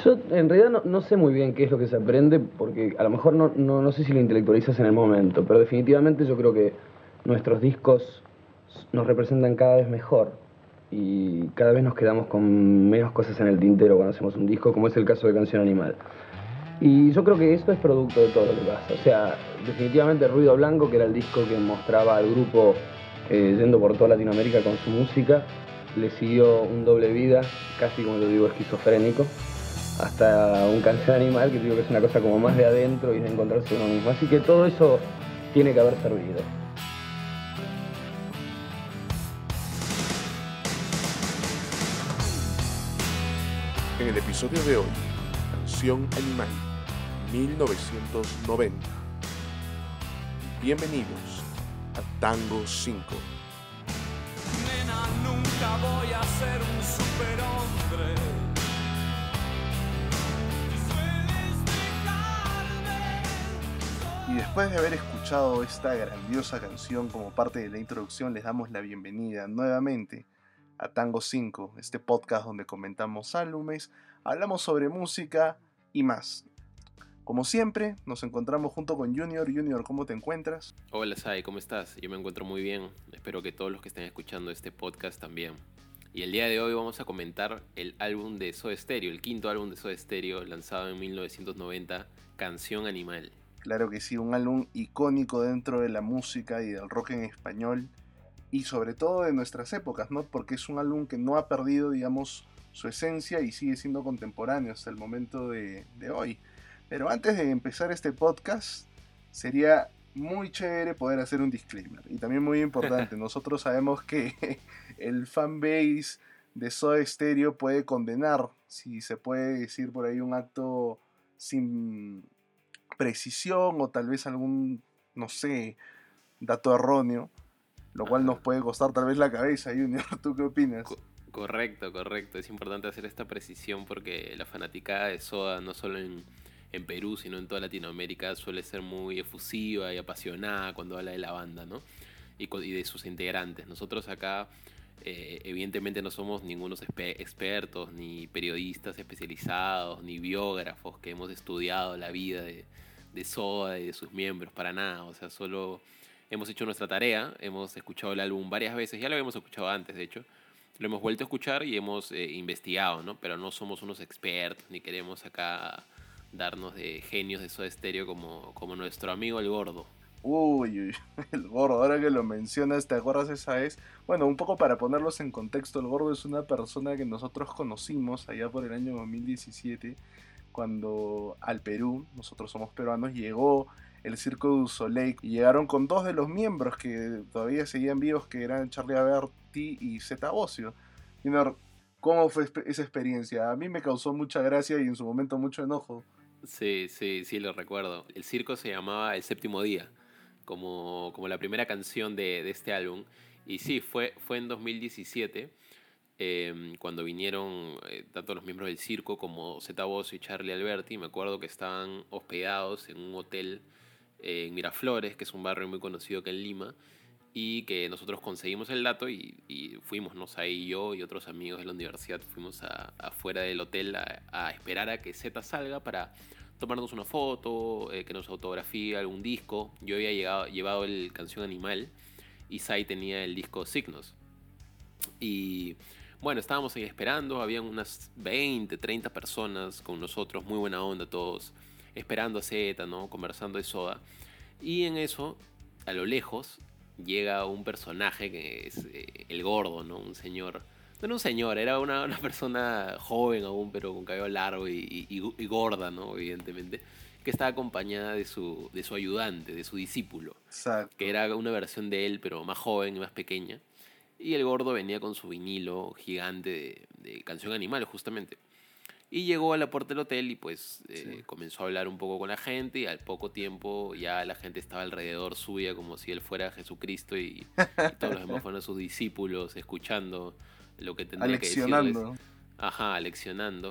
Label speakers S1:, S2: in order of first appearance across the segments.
S1: Yo en realidad no sé muy bien qué es lo que se aprende, porque a lo mejor no sé si lo intelectualizas en el momento, pero definitivamente yo creo que nuestros discos nos representan cada vez mejor y cada vez nos quedamos con menos cosas en el tintero cuando hacemos un disco, como es el caso de Canción Animal. Y yo creo que esto es producto de todo lo que pasa. O sea, definitivamente Ruido Blanco, que era el disco que mostraba al grupo yendo por toda Latinoamérica con su música, le siguió un doble vida, casi como lo digo, esquizofrénico, hasta un Canción Animal, que digo que es una cosa como más de adentro y de encontrarse uno mismo. Así que todo eso tiene que haber servido.
S2: En el episodio de hoy, Canción Animal, 1990. Bienvenidos a Tango 5.
S3: Nena, nunca voy a ser un superhombre.
S4: Y después de haber escuchado esta grandiosa canción como parte de la introducción, les damos la bienvenida nuevamente a Tango 5, este podcast donde comentamos álbumes, hablamos sobre música y más. Como siempre, nos encontramos junto con Junior. Junior, ¿cómo te encuentras?
S5: Hola Sai, ¿cómo estás? Yo me encuentro muy bien, espero que todos los que estén escuchando este podcast también. Y el día de hoy vamos a comentar el álbum de Soda Stereo, el quinto álbum de Soda Stereo, lanzado en 1990, Canción Animal.
S4: Claro que sí, un álbum icónico dentro de la música y del rock en español, y sobre todo de nuestras épocas, ¿no? Porque es un álbum que no ha perdido, digamos, su esencia y sigue siendo contemporáneo hasta el momento de hoy. Pero antes de empezar este podcast, sería muy chévere poder hacer un disclaimer. Y también muy importante, nosotros sabemos que el fanbase de Soda Stereo puede condenar, si se puede decir por ahí, un acto sin precisión o tal vez algún, no sé, dato erróneo, lo cual nos puede costar tal vez la cabeza. Junior, ¿tú qué opinas?
S5: Correcto. Es importante hacer esta precisión porque la fanaticada de Soda, no solo en Perú, sino en toda Latinoamérica, suele ser muy efusiva y apasionada cuando habla de la banda, ¿no? Y de sus integrantes. Nosotros acá, evidentemente, no somos ningunos expertos, ni periodistas especializados, ni biógrafos que hemos estudiado la vida de Soda y de sus miembros, para nada. O sea, solo hemos hecho nuestra tarea, hemos escuchado el álbum varias veces, ya lo habíamos escuchado antes, de hecho. Lo hemos vuelto a escuchar y hemos investigado, ¿no? Pero no somos unos expertos, ni queremos acá darnos de genios de Soda Stereo como nuestro amigo el Gordo.
S4: Uy, el Gordo, ahora que lo mencionas, ¿te acuerdas esa vez? Bueno, un poco para ponerlos en contexto, el Gordo es una persona que nosotros conocimos allá por el año 2017, cuando al Perú, nosotros somos peruanos, llegó el Circo du Soleil y llegaron con dos de los miembros que todavía seguían vivos, que eran Charlie Alberti y Zeta Bosio. Y ¿cómo fue esa experiencia? A mí me causó mucha gracia y en su momento mucho enojo.
S5: Sí, lo recuerdo. El circo se llamaba El Séptimo Día, como la primera canción de este álbum. Y sí, fue en 2017, cuando vinieron tanto los miembros del circo como Zeta Bosio y Charlie Alberti. Me acuerdo que estaban hospedados en un hotel en Miraflores, que es un barrio muy conocido acá en Lima, y que nosotros conseguimos el dato y fuimos, ¿no? Ahí yo y otros amigos de la universidad fuimos afuera del hotel a esperar a que Z salga para tomarnos una foto, que nos autografíe algún disco. Yo había llevado el Canción Animal y Sai tenía el disco Signos. Y bueno, estábamos ahí esperando, habían unas 20, 30 personas con nosotros, muy buena onda todos, esperando a Z, ¿no? Conversando de Soda. Y en eso, a lo lejos, llega un personaje que es el Gordo, ¿no? Un señor. No era un señor, era una persona joven aún, pero con cabello largo y gorda, ¿no? Evidentemente. Que estaba acompañada de su ayudante, de su discípulo.
S4: Exacto.
S5: Que era una versión de él, pero más joven y más pequeña. Y el Gordo venía con su vinilo gigante de Canción Animal, justamente. Y llegó a la puerta del hotel y pues comenzó a hablar un poco con la gente, y al poco tiempo ya la gente estaba alrededor suya como si él fuera Jesucristo y todos los demás fueron sus discípulos escuchando lo que tendría que decirles.
S4: Aleccionando.
S5: Ajá, leccionando.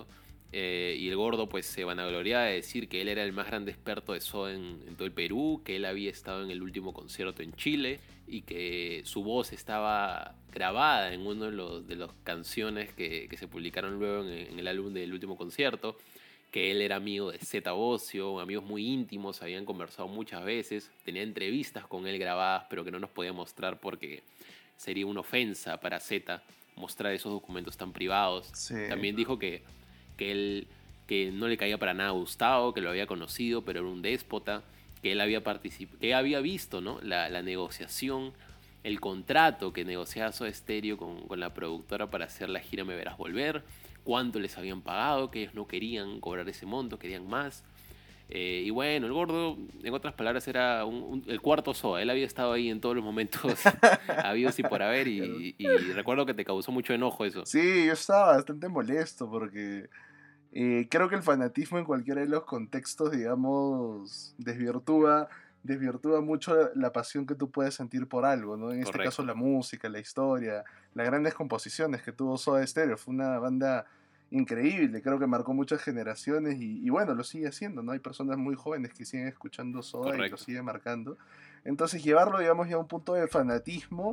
S5: y el Gordo pues se vanagloriaba de decir que él era el más grande experto de Soda en todo el Perú, que él había estado en el último concierto en Chile y que su voz estaba grabada en uno de las canciones que se publicaron luego en el álbum del último concierto, que él era amigo de Zeta Bosio, amigos muy íntimos, habían conversado muchas veces, tenía entrevistas con él grabadas, pero que no nos podía mostrar porque sería una ofensa para Zeta mostrar esos documentos tan privados.
S4: Sí.
S5: También dijo que él que no le caía para nada a Gustavo, que lo había conocido, pero era un déspota, que él había que había visto, ¿no? la negociación, el contrato que negociaba Soda Stereo con la productora para hacer la gira Me Verás Volver, cuánto les habían pagado, que ellos no querían cobrar ese monto, querían más. Y bueno, el Gordo, en otras palabras, era el cuarto Soda. Él había estado ahí en todos los momentos habidos y por haber, y recuerdo que te causó mucho enojo eso.
S4: Sí, yo estaba bastante molesto porque creo que el fanatismo en cualquiera de los contextos, digamos, desvirtúa mucho la pasión que tú puedes sentir por algo, ¿no? En este
S5: Correcto.
S4: caso la música, la historia, las grandes composiciones que tuvo Soda Stereo. Fue una banda increíble, creo que marcó muchas generaciones y bueno, lo sigue haciendo, ¿no? Hay personas muy jóvenes que siguen escuchando Soda y lo
S5: Correcto.
S4: siguen marcando. Entonces llevarlo, digamos, ya a un punto de fanatismo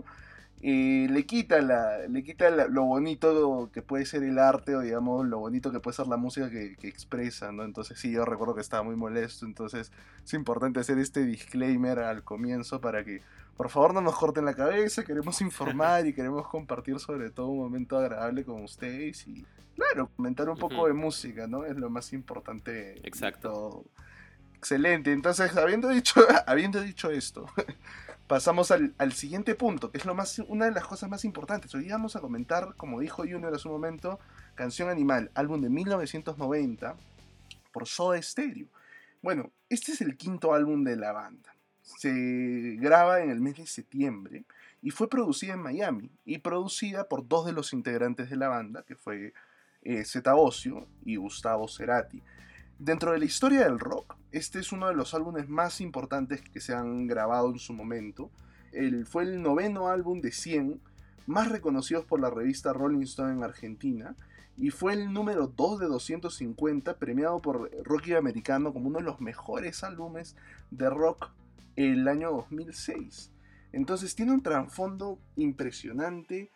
S4: le quita lo bonito que puede ser el arte, o digamos lo bonito que puede ser la música que expresa, ¿no? Entonces sí, yo recuerdo que estaba muy molesto. Entonces es importante hacer este disclaimer al comienzo para que por favor no nos corten la cabeza. Queremos informar y queremos compartir sobre todo un momento agradable con ustedes y claro, comentar un poco de música, ¿no? Es lo más importante de
S5: Exacto.
S4: todo. Excelente. Entonces, habiendo dicho esto, pasamos al siguiente punto, que es una de las cosas más importantes. Hoy vamos a comentar, como dijo Junior hace un momento, Canción Animal, álbum de 1990 por Soda Stereo. Bueno, este es el quinto álbum de la banda. Se graba en el mes de septiembre y fue producida en Miami y producida por dos de los integrantes de la banda, que fue Zeta Bosio y Gustavo Cerati. Dentro de la historia del rock, este es uno de los álbumes más importantes que se han grabado en su momento. Fue el 9º álbum de 100 más reconocidos por la revista Rolling Stone en Argentina y fue el número 2 de 250 premiado por Rocky Americano como uno de los mejores álbumes de rock el año 2006. Entonces tiene un trasfondo impresionante.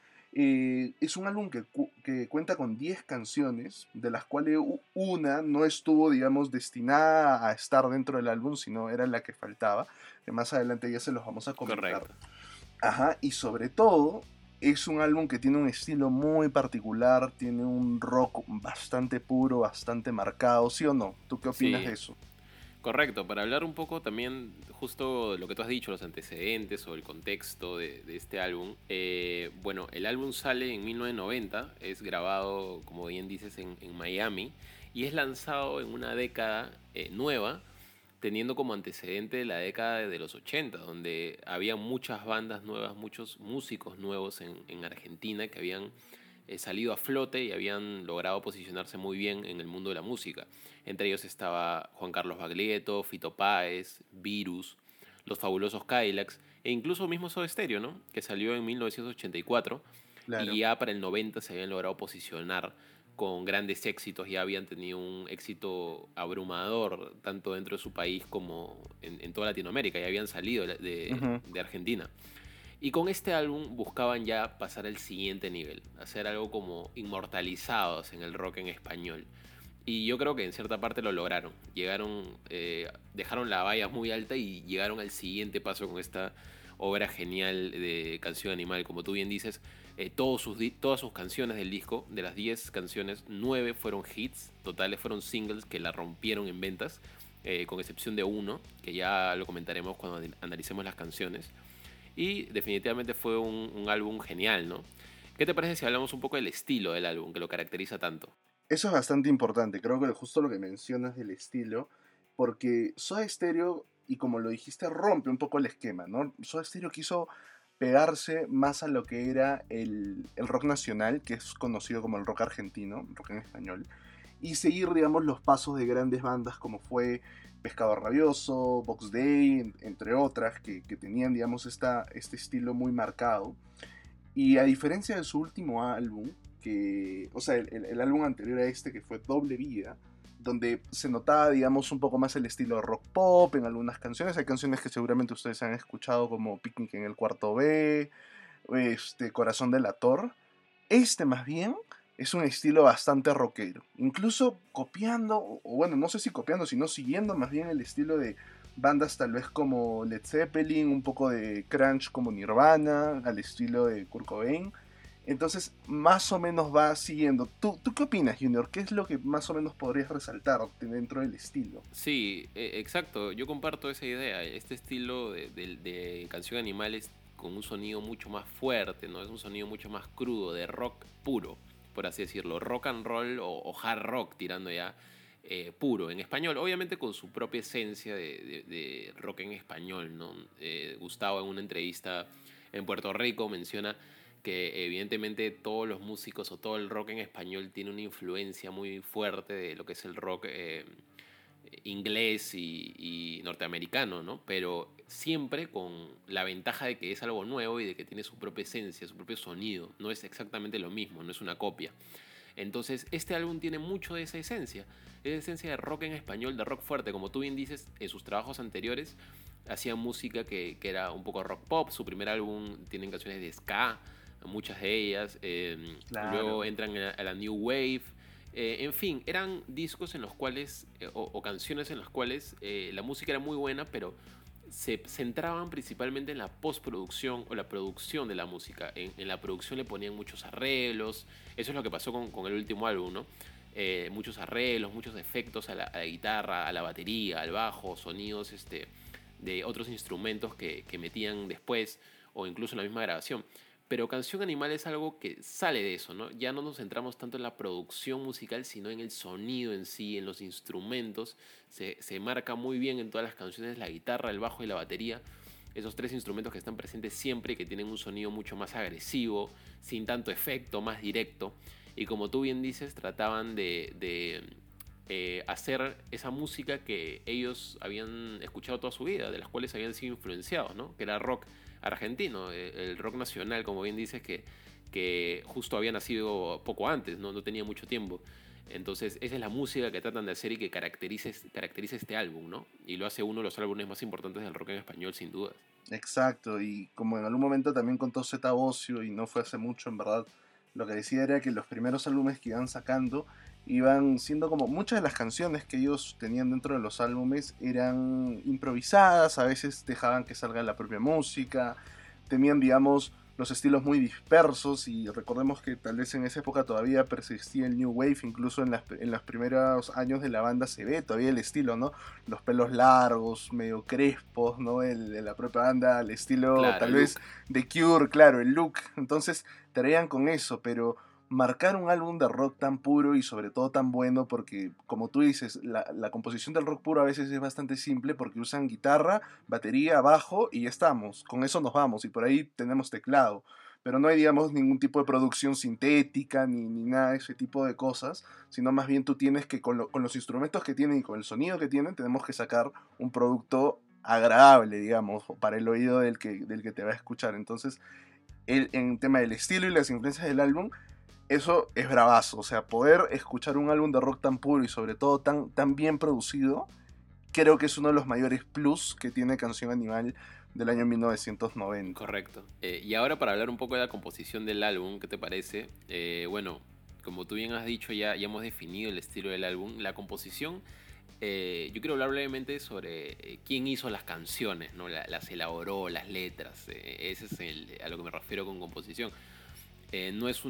S4: Es un álbum que cuenta con 10 canciones, de las cuales una no estuvo, digamos, destinada a estar dentro del álbum, sino era la que faltaba, que más adelante ya se los vamos a comentar.
S5: Correcto.
S4: Ajá, y sobre todo es un álbum que tiene un estilo muy particular, tiene un rock bastante puro, bastante marcado, ¿sí o no? ¿Tú qué opinas de eso?
S5: Correcto, para hablar un poco también justo de lo que tú has dicho, los antecedentes o el contexto de este álbum. Bueno, el álbum sale en 1990, es grabado, como bien dices, en Miami y es lanzado en una década nueva, teniendo como antecedente la década de los 80, donde había muchas bandas nuevas, muchos músicos nuevos en Argentina que habían salido a flote y habían logrado posicionarse muy bien en el mundo de la música. Entre ellos estaba Juan Carlos Baglietto, Fito Páez, Virus, Los Fabulosos Cadillacs e incluso mismo Soda Stereo, ¿no? Que salió en 1984
S4: Claro.
S5: y ya para el 90 se habían logrado posicionar con grandes éxitos, ya habían tenido un éxito abrumador tanto dentro de su país como en toda Latinoamérica, ya habían salido de Argentina. Y con este álbum buscaban ya pasar al siguiente nivel, hacer algo como inmortalizados en el rock en español. Y yo creo que en cierta parte lo lograron. Dejaron la valla muy alta y llegaron al siguiente paso con esta obra genial de Canción Animal. Como tú bien dices, todas sus canciones del disco, de las 10 canciones, 9 fueron hits totales, fueron singles que la rompieron en ventas, con excepción de uno, que ya lo comentaremos cuando analicemos las canciones. Y definitivamente fue un álbum genial, ¿no? ¿Qué te parece si hablamos un poco del estilo del álbum, que lo caracteriza tanto?
S4: Eso es bastante importante, creo que justo lo que mencionas del estilo, porque Soda Stereo, y como lo dijiste, rompe un poco el esquema, ¿no? Soda Stereo quiso pegarse más a lo que era el rock nacional, que es conocido como el rock argentino, rock en español, y seguir, digamos, los pasos de grandes bandas como fue Pescado Rabioso, Box Day, entre otras, que tenían, digamos, este estilo muy marcado. Y a diferencia de su último álbum, o sea, el álbum anterior a este, que fue Doble Vida, donde se notaba, digamos, un poco más el estilo rock pop en algunas canciones. Hay canciones que seguramente ustedes han escuchado, como Picnic en el Cuarto B, Corazón delator. Este más bien es un estilo bastante rockero, incluso copiando, o bueno, no sé si copiando, sino siguiendo más bien el estilo de bandas tal vez como Led Zeppelin, un poco de crunch como Nirvana, al estilo de Kurt Cobain. Entonces, más o menos va siguiendo. ¿Tú qué opinas, Junior? ¿Qué es lo que más o menos podrías resaltar dentro del estilo?
S5: Sí, exacto. Yo comparto esa idea. Este estilo de canción animal es con un sonido mucho más fuerte, ¿no? Es un sonido mucho más crudo, de rock puro, por así decirlo. Rock and roll o hard rock tirando ya puro, en español. Obviamente con su propia esencia de rock en español, ¿no? Gustavo en una entrevista en Puerto Rico menciona que evidentemente todos los músicos o todo el rock en español tiene una influencia muy fuerte de lo que es el rock inglés y norteamericano, ¿no? Pero siempre con la ventaja de que es algo nuevo y de que tiene su propia esencia, su propio sonido. No es exactamente lo mismo, no es una copia. Entonces, este álbum tiene mucho de esa esencia de rock en español, de rock fuerte. Como tú bien dices, en sus trabajos anteriores hacían música que era un poco rock pop. Su primer álbum tienen canciones de ska, muchas de ellas.
S4: Claro.
S5: Luego entran a la New Wave. En fin, eran discos en los cuales, o canciones en las cuales la música era muy buena, pero se centraban principalmente en la postproducción o la producción de la música. En la producción le ponían muchos arreglos. Eso es lo que pasó con el último álbum, ¿no? Muchos arreglos, muchos efectos a la guitarra, a la batería, al bajo, sonidos de otros instrumentos que metían después o incluso en la misma grabación. Pero Canción Animal es algo que sale de eso, ¿no? Ya no nos centramos tanto en la producción musical, sino en el sonido en sí, en los instrumentos. Se marca muy bien en todas las canciones la guitarra, el bajo y la batería. Esos tres instrumentos que están presentes siempre, que tienen un sonido mucho más agresivo, sin tanto efecto, más directo. Y como tú bien dices, trataban de hacer esa música que ellos habían escuchado toda su vida, de las cuales habían sido influenciados, ¿no? Que era rock argentino, el rock nacional, como bien dices, que justo había nacido poco antes, no tenía mucho tiempo. Entonces esa es la música que tratan de hacer y que caracteriza este álbum, ¿no? Y lo hace uno de los álbumes más importantes del rock en español, sin duda.
S4: Exacto, y como en algún momento también contó Zeta Bosio, y no fue hace mucho en verdad, lo que decía era que los primeros álbumes que iban sacando iban siendo como muchas de las canciones que ellos tenían dentro de los álbumes eran improvisadas, a veces dejaban que salga la propia música, tenían, digamos, los estilos muy dispersos, y recordemos que tal vez en esa época todavía persistía el New Wave, incluso en los primeros años de la banda se ve todavía el estilo, ¿no? Los pelos largos, medio crespos, ¿no? De la propia banda, el estilo
S5: Claro,
S4: tal
S5: el
S4: vez
S5: look.
S4: de Cure, claro, el look. Entonces traían con eso, pero marcar un álbum de rock tan puro y sobre todo tan bueno, porque como tú dices, la composición del rock puro a veces es bastante simple porque usan guitarra, batería, bajo y ya estamos, con eso nos vamos y por ahí tenemos teclado, pero no hay, digamos, ningún tipo de producción sintética ni nada de ese tipo de cosas, sino más bien tú tienes que con los instrumentos que tienen y con el sonido que tienen tenemos que sacar un producto agradable, digamos, para el oído del que te va a escuchar. Entonces, en tema del estilo y las influencias del álbum, eso es bravazo. O sea, poder escuchar un álbum de rock tan puro y sobre todo tan bien producido, creo que es uno de los mayores plus que tiene Canción Animal del año 1990.
S5: Correcto. Y ahora para hablar un poco de la composición del álbum, ¿qué te parece? Bueno, como tú bien has dicho, ya hemos definido el estilo del álbum. La composición, yo quiero hablar brevemente sobre quién hizo las canciones, ¿no? Las elaboró, las letras. Ese es a lo que me refiero con composición. No es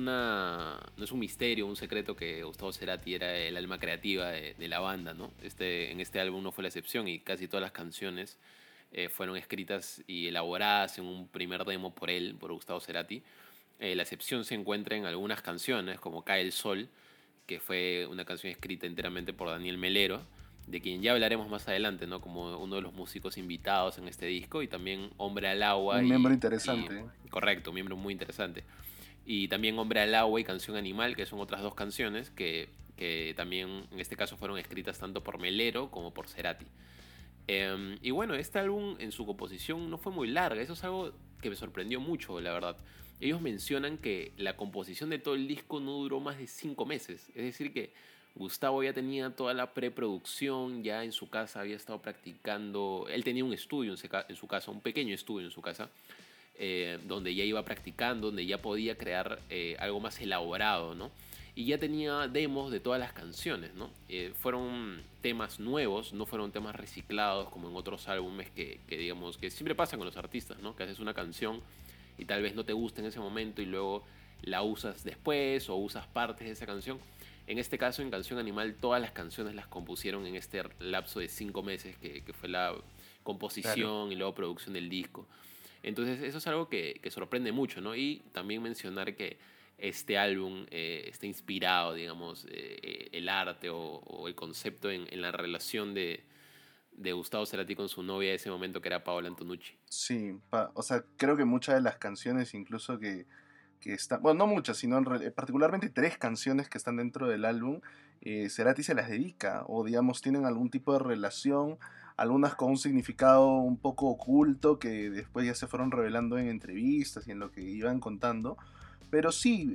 S5: un misterio, un secreto que Gustavo Cerati era el alma creativa de la banda, ¿no? En este álbum no fue la excepción y casi todas las canciones fueron escritas y elaboradas en un primer demo por él, por Gustavo Cerati. La excepción se encuentra en algunas canciones, como Cae el Sol, que fue una canción escrita enteramente por Daniel Melero, de quien ya hablaremos más adelante, ¿no? Como uno de los músicos invitados en este disco, y también Hombre al Agua.
S4: Un miembro interesante.
S5: Correcto, un miembro muy interesante. Y también Hombre al Agua y Canción Animal, que son otras dos canciones que también en este caso fueron escritas tanto por Melero como por Cerati. Y bueno, este álbum en su composición no fue muy larga, eso es algo que me sorprendió mucho, la verdad. ellos mencionan que la composición de todo el disco no duró más de 5 meses. Es decir que Gustavo ya tenía toda la preproducción, ya en su casa había estado practicando. Él tenía un estudio en su casa, un pequeño estudio en su casa, donde ya iba practicando, donde ya podía crear algo más elaborado, ¿no? Y ya tenía demos de todas las canciones, ¿no? Fueron temas nuevos, no fueron temas reciclados como en otros álbumes que digamos que siempre pasa con los artistas, ¿no? Que haces una canción y tal vez no te gusta en ese momento y luego la usas después o usas partes de esa canción. En este caso, en Canción Animal, todas las canciones las compusieron en este lapso de 5 meses que fue la composición, claro, y luego producción del disco. Entonces eso es algo que sorprende mucho, ¿no? Y también mencionar que este álbum está inspirado, digamos, el arte o el concepto en la relación de Gustavo Cerati con su novia de ese momento, que era Paola Antonucci.
S4: Sí, o sea, creo que muchas de las canciones incluso que están, bueno, no muchas, sino particularmente 3 canciones que están dentro del álbum, Cerati se las dedica, o digamos tienen algún tipo de relación, algunas con un significado un poco oculto que después ya se fueron revelando en entrevistas y en lo que iban contando, pero sí,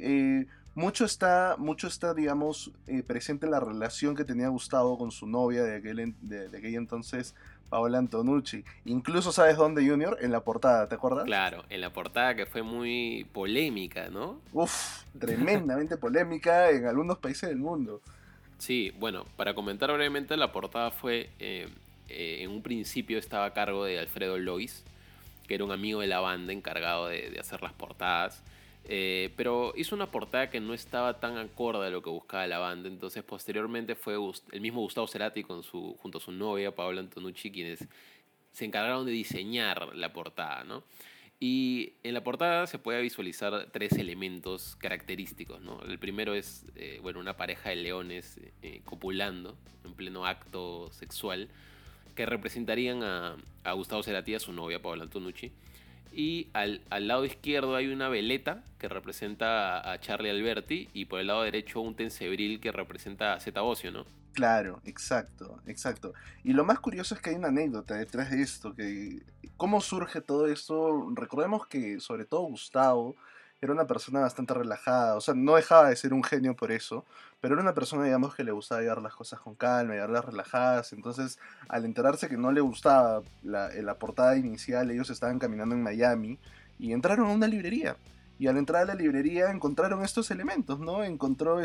S4: mucho está digamos, presente en la relación que tenía Gustavo con su novia de aquel entonces, Paola Antonucci. Incluso, ¿sabes dónde, Junior? En la portada, ¿te acuerdas?
S5: Claro, en la portada, que fue muy polémica, ¿no?
S4: Uf, tremendamente polémica en algunos países del mundo.
S5: Sí, bueno, para comentar brevemente, la portada fue, en un principio estaba a cargo de Alfredo Lois, que era un amigo de la banda encargado de hacer las portadas. Pero hizo una portada que no estaba tan acorde a lo que buscaba la banda. Entonces posteriormente fue el mismo Gustavo Cerati junto a su novia Paola Antonucci quienes se encargaron de diseñar la portada, ¿no? Y en la portada se puede visualizar 3 elementos característicos, ¿no? El primero es bueno, una pareja de leones copulando en pleno acto sexual, que representarían a Gustavo Cerati y a su novia Paola Antonucci. Y al lado izquierdo hay una veleta que representa a Charlie Alberti, y por el lado derecho un tensebril que representa a Zeta Bosio, ¿no?
S4: Claro, exacto, exacto. Y lo más curioso es que hay una anécdota detrás de esto, que cómo surge todo esto. Recordemos que sobre todo Gustavo era una persona bastante relajada, o sea, no dejaba de ser un genio por eso, pero era una persona, digamos, que le gustaba llevar las cosas con calma, llevarlas relajadas. Entonces, al enterarse que no le gustaba la portada inicial, ellos estaban caminando en Miami y entraron a una librería. Y al entrar a la librería encontraron estos elementos, ¿no? Encontró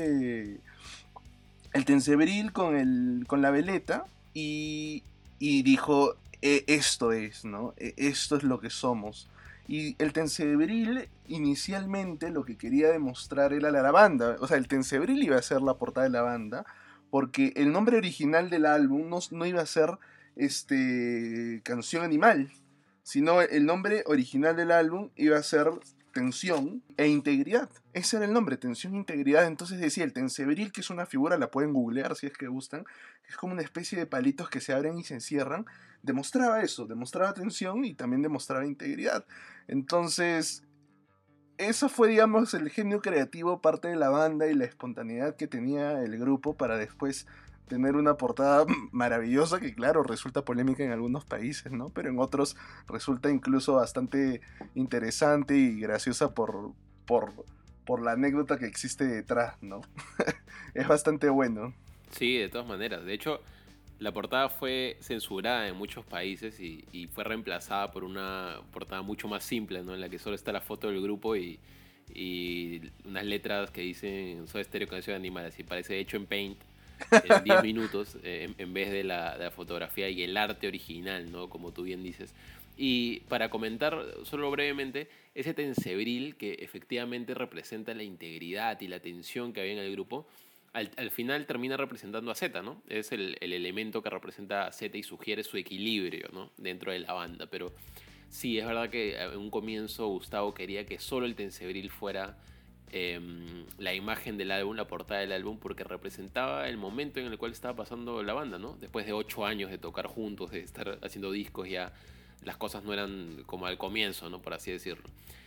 S4: el tensebril con la veleta y dijo, esto es, ¿no? Esto es lo que somos. Y el tensebril inicialmente lo que quería demostrar era la banda. O sea, el tensebril iba a ser la portada de la banda, porque el nombre original del álbum no iba a ser Canción Animal, sino el nombre original del álbum iba a ser Tensión e Integridad. Ese era el nombre, Tensión e Integridad. Entonces decía, el tensebril, que es una figura, la pueden googlear si es que gustan, es como una especie de palitos que se abren y se encierran, demostraba eso, demostraba tensión y también demostraba integridad. Entonces, eso fue, digamos, el genio creativo, parte de la banda, y la espontaneidad que tenía el grupo para después tener una portada maravillosa que, claro, resulta polémica en algunos países, ¿no? Pero en otros resulta incluso bastante interesante y graciosa por la anécdota que existe detrás, ¿no? Es bastante bueno.
S5: Sí, de todas maneras. De hecho, la portada fue censurada en muchos países y fue reemplazada por una portada mucho más simple, ¿no? En la que solo está la foto del grupo y unas letras que dicen Soda Stereo Canción Animal, así parece hecho en Paint en 10 minutos en vez de la fotografía y el arte original, ¿no? Como tú bien dices. Y para comentar solo brevemente, ese tensebril que efectivamente representa la integridad y la tensión que había en el grupo, al final termina representando a Zeta, ¿no? Es el elemento que representa a Zeta y sugiere su equilibrio, ¿no? Dentro de la banda. Pero sí, es verdad que en un comienzo Gustavo quería que solo el tensebril fuera la imagen del álbum, la portada del álbum, porque representaba el momento en el cual estaba pasando la banda, ¿no? Después de 8 años de tocar juntos, de estar haciendo discos, ya las cosas no eran como al comienzo, ¿no? Por así decirlo.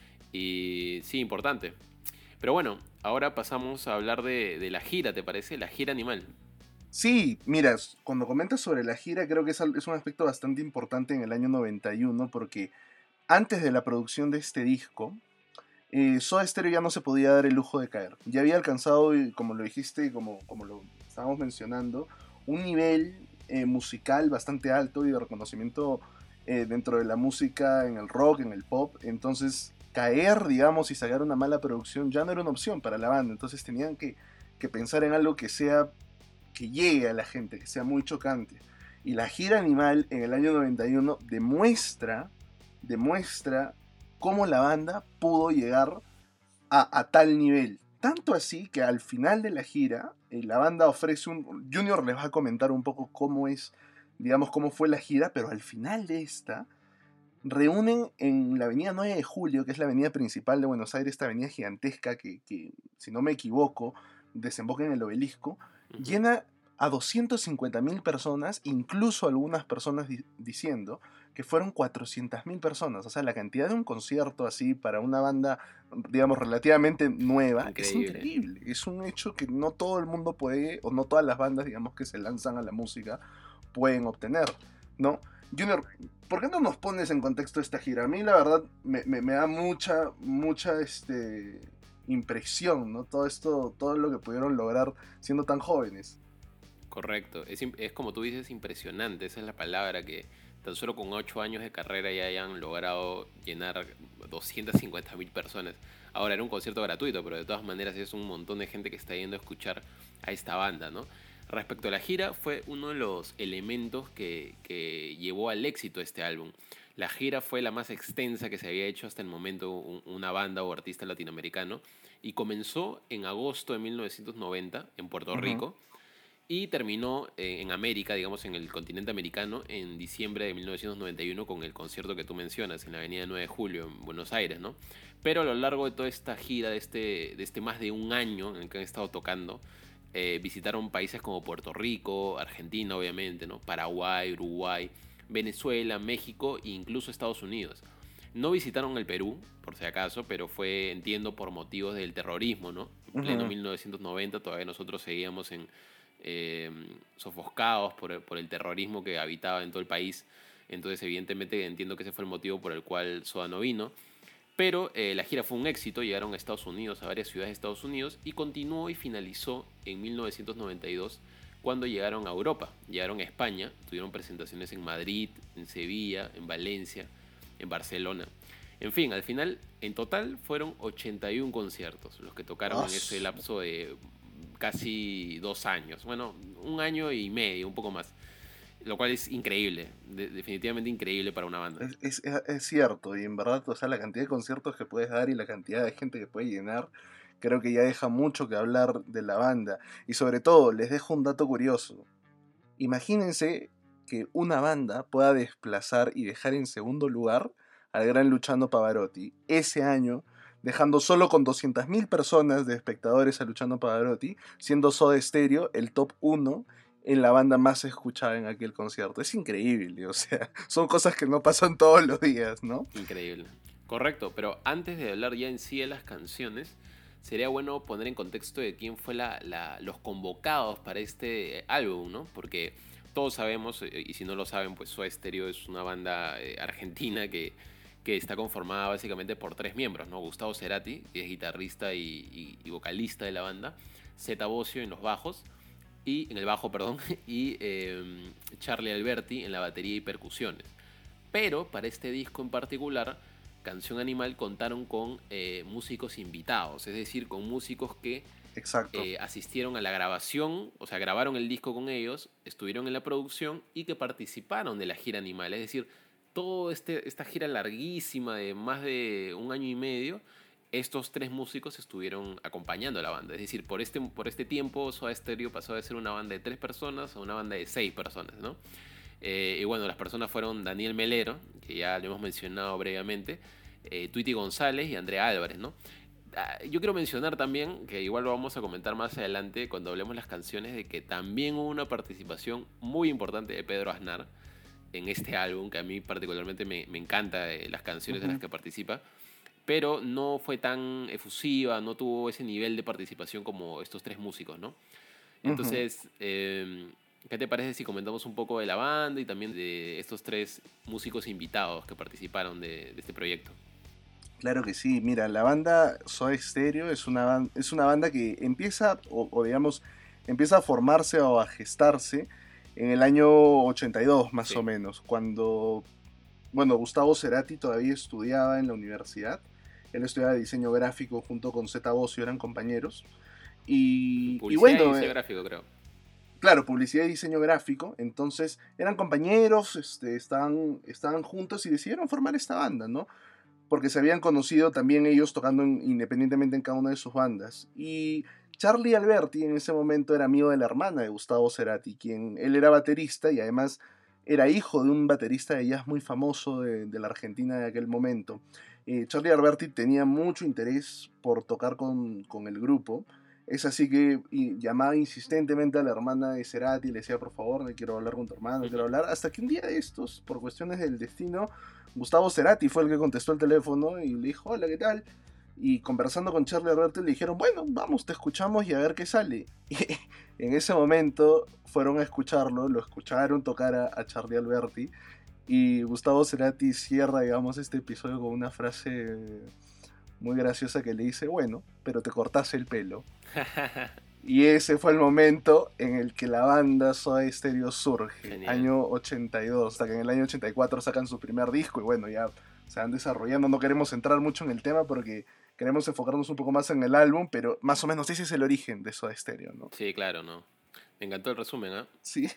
S5: Y sí, importante. Pero bueno, ahora pasamos a hablar de la gira, ¿te parece? La gira Animal.
S4: Sí, mira, cuando comentas sobre la gira, creo que es un aspecto bastante importante en el año 91, porque antes de la producción de este disco, Soda Stereo ya no se podía dar el lujo de caer. Ya había alcanzado, como lo dijiste, como lo estábamos mencionando, un nivel musical bastante alto y de reconocimiento dentro de la música, en el rock, en el pop. Entonces, caer, digamos, y sacar una mala producción ya no era una opción para la banda. Entonces tenían que pensar en algo que llegue a la gente, que sea muy chocante. Y la gira Animal en el año 91 demuestra cómo la banda pudo llegar a tal nivel. Tanto así que al final de la gira, la banda ofrece un... Junior les va a comentar un poco cómo es, digamos, cómo fue la gira, pero al final de esta, reúnen en la avenida 9 de Julio, que es la avenida principal de Buenos Aires, esta avenida gigantesca que si no me equivoco, desemboca en el Obelisco, llena a 250.000 personas, incluso algunas personas diciendo que fueron 400.000 personas. O sea, la cantidad de un concierto así para una banda, digamos, relativamente nueva, es increíble. Es un hecho que no todo el mundo puede, o no todas las bandas, digamos, que se lanzan a la música, pueden obtener, ¿no? Junior, ¿por qué no nos pones en contexto esta gira? A mí, la verdad, me da mucha impresión, ¿no? Todo lo que pudieron lograr siendo tan jóvenes.
S5: Correcto, es como tú dices, impresionante, esa es la palabra, que tan solo con 8 años de carrera ya hayan logrado llenar 250.000 personas. Ahora era un concierto gratuito, pero de todas maneras es un montón de gente que está yendo a escuchar a esta banda, ¿no? Respecto a la gira, fue uno de los elementos que llevó al éxito este álbum. La gira fue la más extensa que se había hecho hasta el momento una banda o artista latinoamericano, y comenzó en agosto de 1990 en Puerto Rico, y terminó en América, digamos en el continente americano, en diciembre de 1991 con el concierto que tú mencionas en la avenida 9 de Julio en Buenos Aires, ¿no? Pero a lo largo de toda esta gira, de este más de un año en el que han estado tocando, visitaron países como Puerto Rico, Argentina obviamente, ¿no? Paraguay, Uruguay, Venezuela, México e incluso Estados Unidos. No visitaron el Perú, por si acaso, pero fue, entiendo, por motivos del terrorismo, ¿no? En pleno 1990 todavía nosotros seguíamos sofoscados por el terrorismo que habitaba en todo el país. Entonces, evidentemente, entiendo que ese fue el motivo por el cual Soda no vino. Pero la gira fue un éxito, llegaron a Estados Unidos, a varias ciudades de Estados Unidos, y continuó y finalizó en 1992 cuando llegaron a Europa, llegaron a España, tuvieron presentaciones en Madrid, en Sevilla, en Valencia, en Barcelona. En fin, al final, en total fueron 81 conciertos los que tocaron en ese lapso de casi 2 años. Bueno, 1 año y medio, un poco más. Lo cual es increíble, definitivamente increíble para una banda.
S4: Es cierto, y en verdad, o sea, la cantidad de conciertos que puedes dar y la cantidad de gente que puede llenar, creo que ya deja mucho que hablar de la banda. Y sobre todo, les dejo un dato curioso. Imagínense que una banda pueda desplazar y dejar en segundo lugar al gran Luciano Pavarotti ese año, dejando solo con 200.000 personas de espectadores a Luciano Pavarotti, siendo Soda Stereo el top 1 en la banda más escuchada en aquel concierto. Es increíble, o sea, son cosas que no pasan todos los días, ¿no?
S5: Increíble. Correcto, pero antes de hablar ya en sí de las canciones, sería bueno poner en contexto de quién fue los convocados para este álbum, ¿no? Porque todos sabemos, y si no lo saben, pues Soda Stereo es una banda argentina que está conformada básicamente por 3 miembros, ¿no? Gustavo Cerati, que es guitarrista y vocalista de la banda, Zeta Bosio en los bajos, en el bajo, perdón, y Charlie Alberti en la batería y percusiones. Pero para este disco en particular, Canción Animal, contaron con músicos invitados, es decir, con músicos que asistieron a la grabación, o sea, grabaron el disco con ellos, estuvieron en la producción y que participaron de la gira Animal. Es decir, toda esta gira larguísima de más de 1 año y medio, estos 3 músicos estuvieron acompañando a la banda. Es decir, por este tiempo Soda Stereo pasó de ser una banda de 3 personas a una banda de 6 personas, ¿no? Y bueno, las personas fueron Daniel Melero, que ya lo hemos mencionado brevemente, Tweety González y Andrea Álvarez, ¿no? Yo quiero mencionar también, que igual lo vamos a comentar más adelante cuando hablemos las canciones, de que también hubo una participación muy importante de Pedro Aznar en este álbum, que a mí particularmente me encanta las canciones en las que participa, pero no fue tan efusiva, no tuvo ese nivel de participación como estos 3 músicos, ¿no? Entonces, ¿qué te parece si comentamos un poco de la banda y también de estos 3 músicos invitados que participaron de este proyecto?
S4: Claro que sí, mira, la banda Soda Stereo es una banda que empieza, o digamos, empieza a formarse o a gestarse en el año 82 más o
S5: Sí.
S4: menos, cuando, bueno, Gustavo Cerati todavía estudiaba en la universidad. Él estudiaba diseño gráfico junto con Zeta Bosio, eran compañeros. Y
S5: Publicidad y
S4: bueno,
S5: diseño gráfico, creo.
S4: claro, publicidad y diseño gráfico. Entonces eran compañeros, estaban juntos y decidieron formar esta banda, ¿no? Porque se habían conocido también ellos tocando independientemente en cada una de sus bandas. Y Charlie Alberti en ese momento era amigo de la hermana de Gustavo Cerati, quien él era baterista y además era hijo de un baterista de jazz muy famoso de la Argentina de aquel momento. Charlie Alberti tenía mucho interés por tocar con el grupo. Es así que llamaba insistentemente a la hermana de Cerati y le decía, por favor, le quiero hablar con tu hermano, quiero hablar. Hasta que un día de estos, por cuestiones del destino, Gustavo Cerati fue el que contestó el teléfono y le dijo, hola, ¿qué tal? Y conversando con Charlie Alberti le dijeron, bueno, vamos, te escuchamos y a ver qué sale. Y en ese momento fueron a escucharlo, lo escucharon tocar a Charlie Alberti y Gustavo Cerati cierra, digamos, este episodio con una frase muy graciosa que le dice, bueno, pero te cortás el pelo. Y ese fue el momento en el que la banda Soda Stereo surge,
S5: Genial.
S4: año 82, hasta que en el año 84 sacan su primer disco y bueno, ya se van desarrollando. No queremos entrar mucho en el tema porque queremos enfocarnos un poco más en el álbum, pero más o menos ese es el origen de Soda Stereo, ¿no?
S5: Sí, claro, ¿no? Me encantó el resumen, ¿ah?
S4: Sí.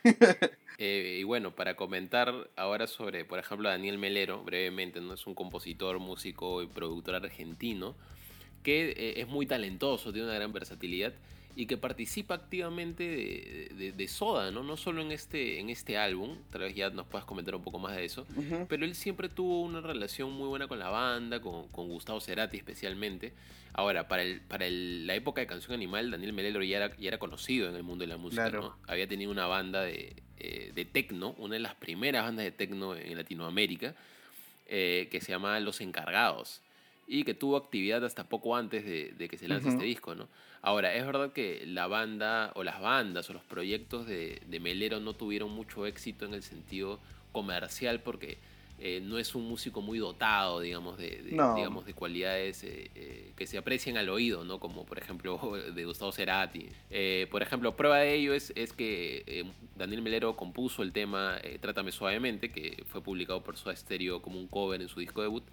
S5: Y bueno, para comentar ahora sobre, por ejemplo, Daniel Melero, brevemente, ¿no? Es un compositor, músico y productor argentino que es muy talentoso, tiene una gran versatilidad y que participa activamente de Soda, ¿no? No solo en este álbum, tal vez ya nos puedas comentar un poco más de eso,
S4: Ujú.
S5: pero él siempre tuvo una relación muy buena con la banda, con Gustavo Cerati especialmente. Ahora, la época de Canción Animal, Daniel Melero ya era conocido en el mundo de la música,
S4: Claro.
S5: ¿no? Había tenido una banda de techno, una de las primeras bandas de techno en Latinoamérica, que se llama Los Encargados y que tuvo actividad hasta poco antes de que se lance este
S4: Ujú.
S5: disco, ¿no? Ahora, es verdad que la banda o las bandas o los proyectos de Melero no tuvieron mucho éxito en el sentido comercial porque no es un músico muy dotado, digamos,
S4: No.
S5: digamos, de cualidades que se aprecian al oído, ¿no? Como por ejemplo de Gustavo Cerati. Por ejemplo, prueba de ello es que Daniel Melero compuso el tema Trátame Suavemente, que fue publicado por Soda Stereo como un cover en su disco debut.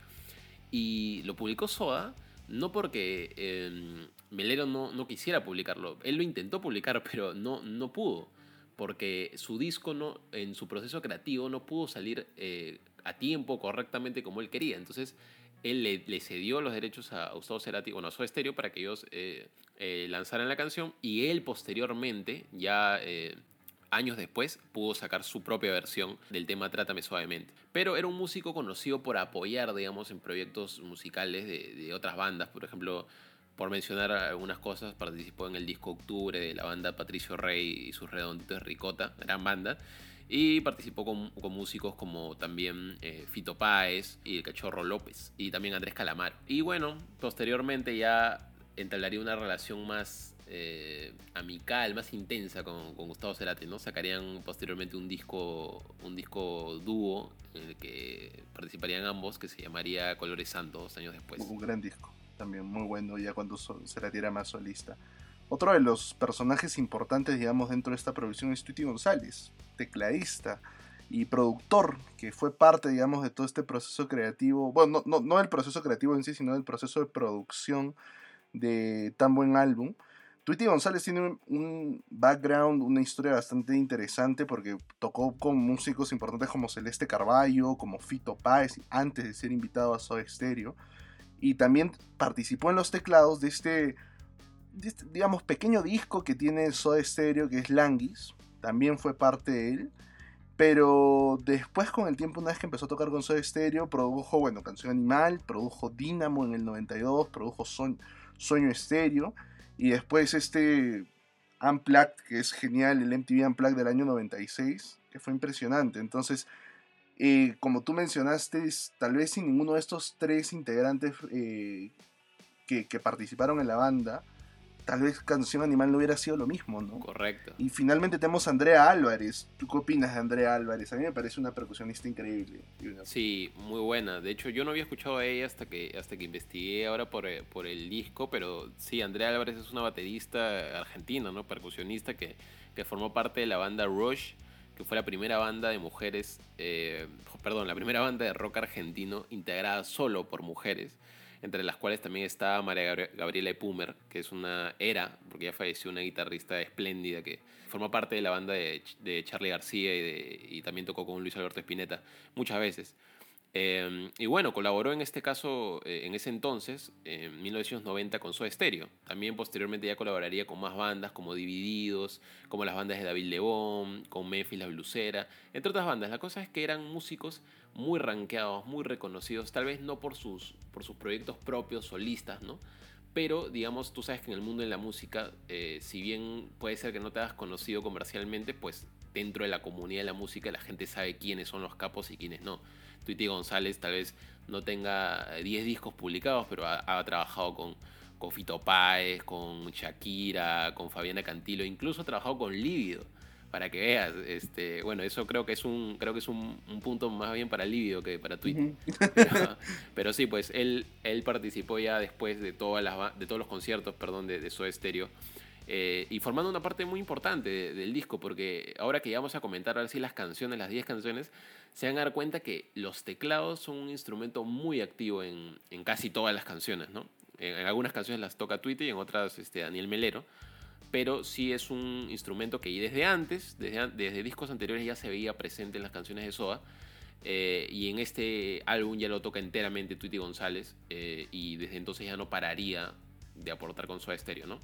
S5: Y lo publicó Soda, no porque Melero no quisiera publicarlo. Él lo intentó publicar, pero no pudo. Porque su disco en su proceso creativo no pudo salir a tiempo, correctamente como él quería. Entonces, él le cedió los derechos a Gustavo Cerati, bueno, a Soda Stereo, para que ellos lanzaran la canción. Y él posteriormente, ya años después, pudo sacar su propia versión del tema Trátame Suavemente. Pero era un músico conocido por apoyar, digamos, en proyectos musicales de otras bandas. Por ejemplo, por mencionar algunas cosas, participó en el disco Octubre de la banda Patricio Rey y sus Redonditos de Ricota, gran banda. Y participó con músicos como también Fito Páez y el Cachorro López y también Andrés Calamaro. Y bueno, posteriormente ya entablaría una relación más amical, más intensa con Gustavo Cerati, ¿no? Sacarían posteriormente un disco dúo en el que participarían ambos, que se llamaría Colores Santos 2 años después.
S4: Un gran disco, también muy bueno ya cuando se retira más solista. Otro de los personajes importantes, digamos, dentro de esta producción es Tuti González, tecladista y productor, que fue parte, digamos, de todo este proceso creativo, bueno, no del proceso creativo en sí, sino del proceso de producción de tan buen álbum. Tweety González tiene un background, una historia bastante interesante porque tocó con músicos importantes como Celeste Carballo, como Fito Páez, antes de ser invitado a Soda Stereo. Y también participó en los teclados de este, digamos, pequeño disco que tiene Soda Stereo, que es Languis. También fue parte de él. Pero después, con el tiempo, una vez que empezó a tocar con Soda Stereo, produjo, bueno, Canción Animal, produjo Dínamo en el 92, produjo Sueño Estéreo, y después este Unplugged, que es genial, el MTV Unplugged del año 96, que fue impresionante. Entonces, como tú mencionaste, tal vez sin ninguno de estos tres integrantes que participaron en la banda, tal vez Canción Animal no hubiera sido lo mismo, ¿no?
S5: Correcto.
S4: Y finalmente tenemos a Andrea Álvarez. ¿Tú qué opinas de Andrea Álvarez? A mí me parece una percusionista increíble, Junior.
S5: Sí, muy buena. De hecho, yo no había escuchado a ella hasta que investigué ahora por el disco, pero sí, Andrea Álvarez es una baterista argentina, ¿no? Percusionista que formó parte de la banda Rush, que fue la primera banda de mujeres, la primera banda de rock argentino integrada solo por mujeres, entre las cuales también está María Gabriela Epumer, que es porque ya falleció, una guitarrista espléndida que formó parte de la banda de Charly García y también tocó con Luis Alberto Spinetta muchas veces. Y bueno, colaboró en este caso, en ese entonces, en 1990, con Soda Stereo. También posteriormente ya colaboraría con más bandas como Divididos, como las bandas de David Lebón, con Memphis La Blusera, entre otras bandas. La cosa es que eran músicos muy rankeados, muy reconocidos, tal vez no por sus proyectos propios, solistas, ¿no? Pero, digamos, tú sabes que en el mundo de la música, si bien puede ser que no te hayas conocido comercialmente, pues dentro de la comunidad de la música la gente sabe quiénes son los capos y quiénes no. Tweety González tal vez no tenga 10 discos publicados, pero ha trabajado con Fito Páez, con Shakira, con Fabiana Cantilo, incluso ha trabajado con Lívido, para que veas. Bueno, eso creo que es un punto más bien para Lívido que para Tweety. Pero sí, pues él participó ya después de todos los conciertos, de Soda Stereo. Y formando una parte muy importante del disco, porque ahora que ya vamos a comentar ahora sí las 10 canciones, se van a dar cuenta que los teclados son un instrumento muy activo en casi todas las canciones, ¿no? En algunas canciones las toca Tweety y en otras Daniel Melero, pero sí es un instrumento que desde antes, desde discos anteriores ya se veía presente en las canciones de Soda, y en este álbum ya lo toca enteramente Tweety González, y desde entonces ya no pararía de aportar con Soda Stereo, ¿no?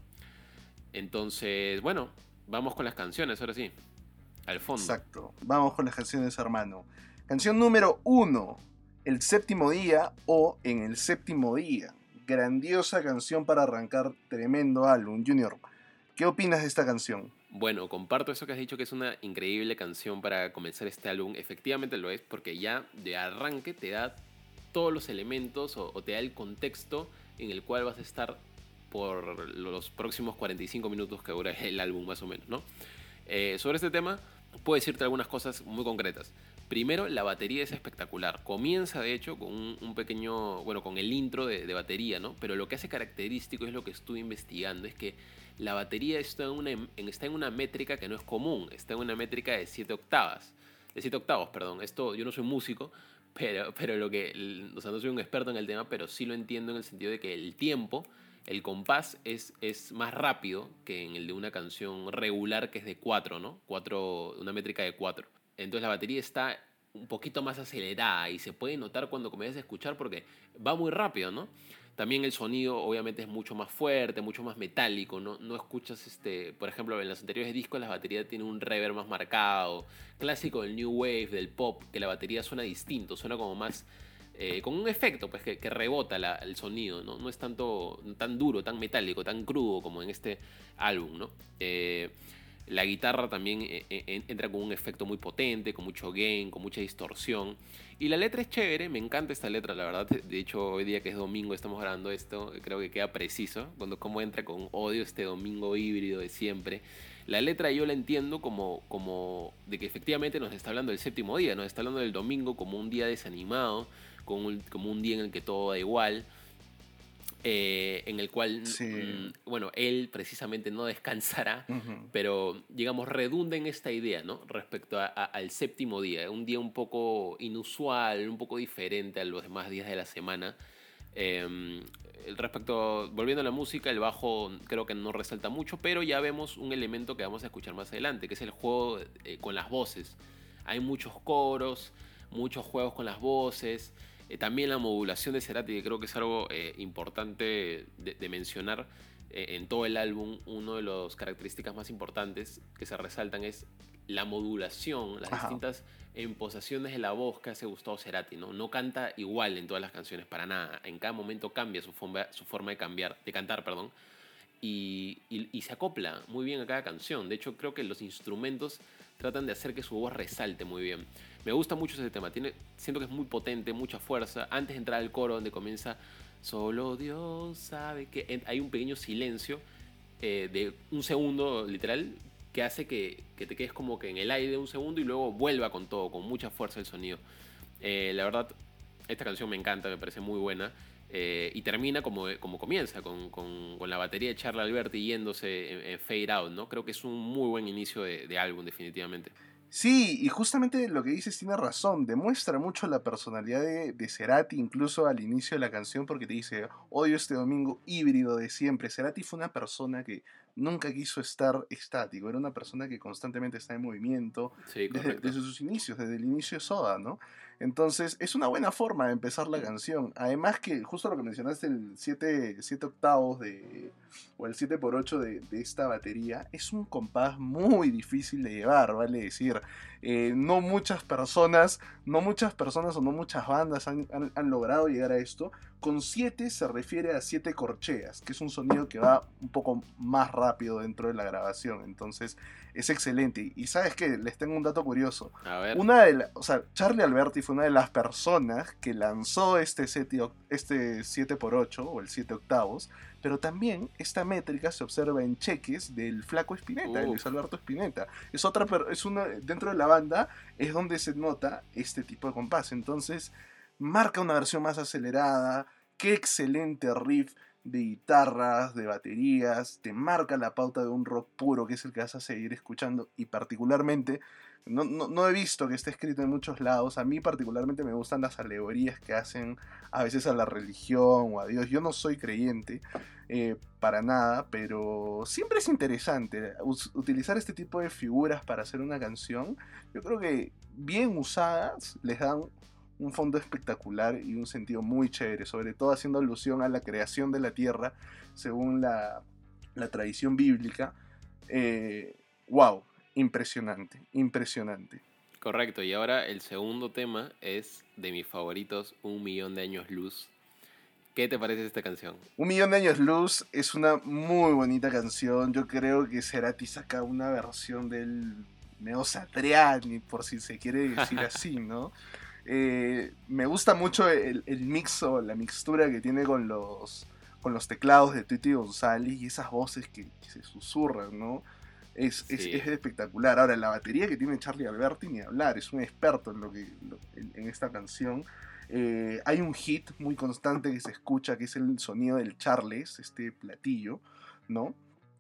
S5: Entonces, bueno, vamos con las canciones, ahora sí, al fondo.
S4: Exacto, vamos con las canciones, hermano. Canción número 1, El Séptimo Día o En el Séptimo Día. Grandiosa canción para arrancar tremendo álbum. Junior, ¿qué opinas de esta canción?
S5: Bueno, comparto eso que has dicho, que es una increíble canción para comenzar este álbum. Efectivamente lo es, porque ya de arranque te da todos los elementos o te da el contexto en el cual vas a estar por los próximos 45 minutos que dura el álbum, más o menos, ¿no? Sobre este tema puedo decirte algunas cosas muy concretas. Primero, la batería es espectacular. Comienza, de hecho, con un pequeño, con el intro de batería, ¿no? Pero lo que hace característico, es lo que estuve investigando, es que la batería está en una métrica que no es común. Está en una métrica de 7 octavos. Esto, yo no soy músico, pero no soy un experto en el tema, pero sí lo entiendo en el sentido de que el tiempo, el compás es más rápido que en el de una canción regular, que es de 4, ¿no? Una métrica de 4. Entonces la batería está un poquito más acelerada y se puede notar cuando comienzas a escuchar porque va muy rápido, ¿no? También el sonido obviamente es mucho más fuerte, mucho más metálico, ¿no? No escuchas, por ejemplo, en los anteriores discos la batería tiene un reverb más marcado, clásico del new wave, del pop, que la batería suena distinto, suena como más con un efecto pues que rebota el sonido, ¿no? No es tan duro, tan metálico, tan crudo como en este álbum, ¿no? La guitarra también entra con un efecto muy potente, con mucho gain, con mucha distorsión. Y la letra es chévere, me encanta esta letra, la verdad. De hecho, hoy día que es domingo, estamos grabando esto, creo que queda preciso, cómo entra con odio este domingo híbrido de siempre. La letra yo la entiendo como de que efectivamente nos está hablando del séptimo día, nos está hablando del domingo como un día desanimado, como un día en el que todo da igual, en el cual,
S4: sí,
S5: él precisamente no descansará, pero, digamos, redunda en esta idea, ¿no? Respecto al séptimo día, un día un poco inusual, un poco diferente a los demás días de la semana. Volviendo a la música, el bajo creo que no resalta mucho, pero ya vemos un elemento que vamos a escuchar más adelante, que es el juego con las voces. Hay muchos coros, muchos juegos con las voces. También la modulación de Cerati, que creo que es algo importante de mencionar en todo el álbum. Una de las características más importantes que se resaltan es la modulación, las distintas emposaciones de la voz que hace Gustavo Cerati, ¿no? No canta igual en todas las canciones, para nada. En cada momento cambia su forma de cantar, y se acopla muy bien a cada canción. De hecho, creo que los instrumentos tratan de hacer que su voz resalte muy bien. Me gusta mucho ese tema. Siento que es muy potente, mucha fuerza. Antes de entrar al coro, donde comienza "Solo Dios sabe que", hay un pequeño silencio de un segundo, literal, que hace que te quedes como que en el aire un segundo y luego vuelva con todo, con mucha fuerza el sonido. La verdad, esta canción me encanta, me parece muy buena. Y termina como comienza, con la batería de Charlie Alberti yéndose en fade out, ¿no? Creo que es un muy buen inicio de álbum, definitivamente.
S4: Sí, y justamente lo que dices tiene razón, demuestra mucho la personalidad de Cerati, incluso al inicio de la canción, porque te dice, odio este domingo híbrido de siempre. Cerati fue una persona que nunca quiso estar estático, era una persona que constantemente está en movimiento,
S5: Sí, correcto.
S4: desde sus inicios, desde el inicio de Soda, ¿no? Entonces, es una buena forma de empezar la canción. Además que, justo lo que mencionaste, el 7 octavos o el 7/8 de esta batería, es un compás muy difícil de llevar, vale decir. No muchas personas o no muchas bandas han logrado llegar a esto. Con 7 se refiere a 7 corcheas, que es un sonido que va un poco más rápido dentro de la grabación. Entonces es excelente. Y sabes qué, les tengo un dato curioso.
S5: A ver.
S4: Charlie Alberti fue una de las personas que lanzó este 7/8 o el 7 octavos, pero también esta métrica se observa en cheques del Flaco Spinetta, de Luis Alberto Spinetta. Dentro de la banda es donde se nota este tipo de compás. Entonces marca una versión más acelerada. Qué excelente riff de guitarras, de baterías, te marca la pauta de un rock puro, que es el que vas a seguir escuchando. Y particularmente, no he visto que esté escrito en muchos lados, a mí particularmente me gustan las alegorías que hacen a veces a la religión o a Dios. Yo no soy creyente para nada, pero siempre es interesante utilizar este tipo de figuras para hacer una canción. Yo creo que bien usadas les dan un fondo espectacular y un sentido muy chévere, sobre todo haciendo alusión a la creación de la tierra según la tradición bíblica. Wow, impresionante.
S5: Correcto, y ahora el segundo tema es de mis favoritos, 1.000.000 de años luz. ¿Qué te parece esta canción?
S4: 1.000.000 de años luz es una muy bonita canción. Yo creo que Cerati saca una versión del Neo Satriani, por si se quiere decir así, ¿no? Me gusta mucho el mix o la mixtura que tiene con los teclados de Tweety González y esas voces que se susurran, ¿no? Es espectacular. Ahora, la batería que tiene Charlie Alberti, ni hablar, es un experto en esta canción. Hay un hit muy constante que se escucha, que es el sonido del Charles, este platillo, ¿no?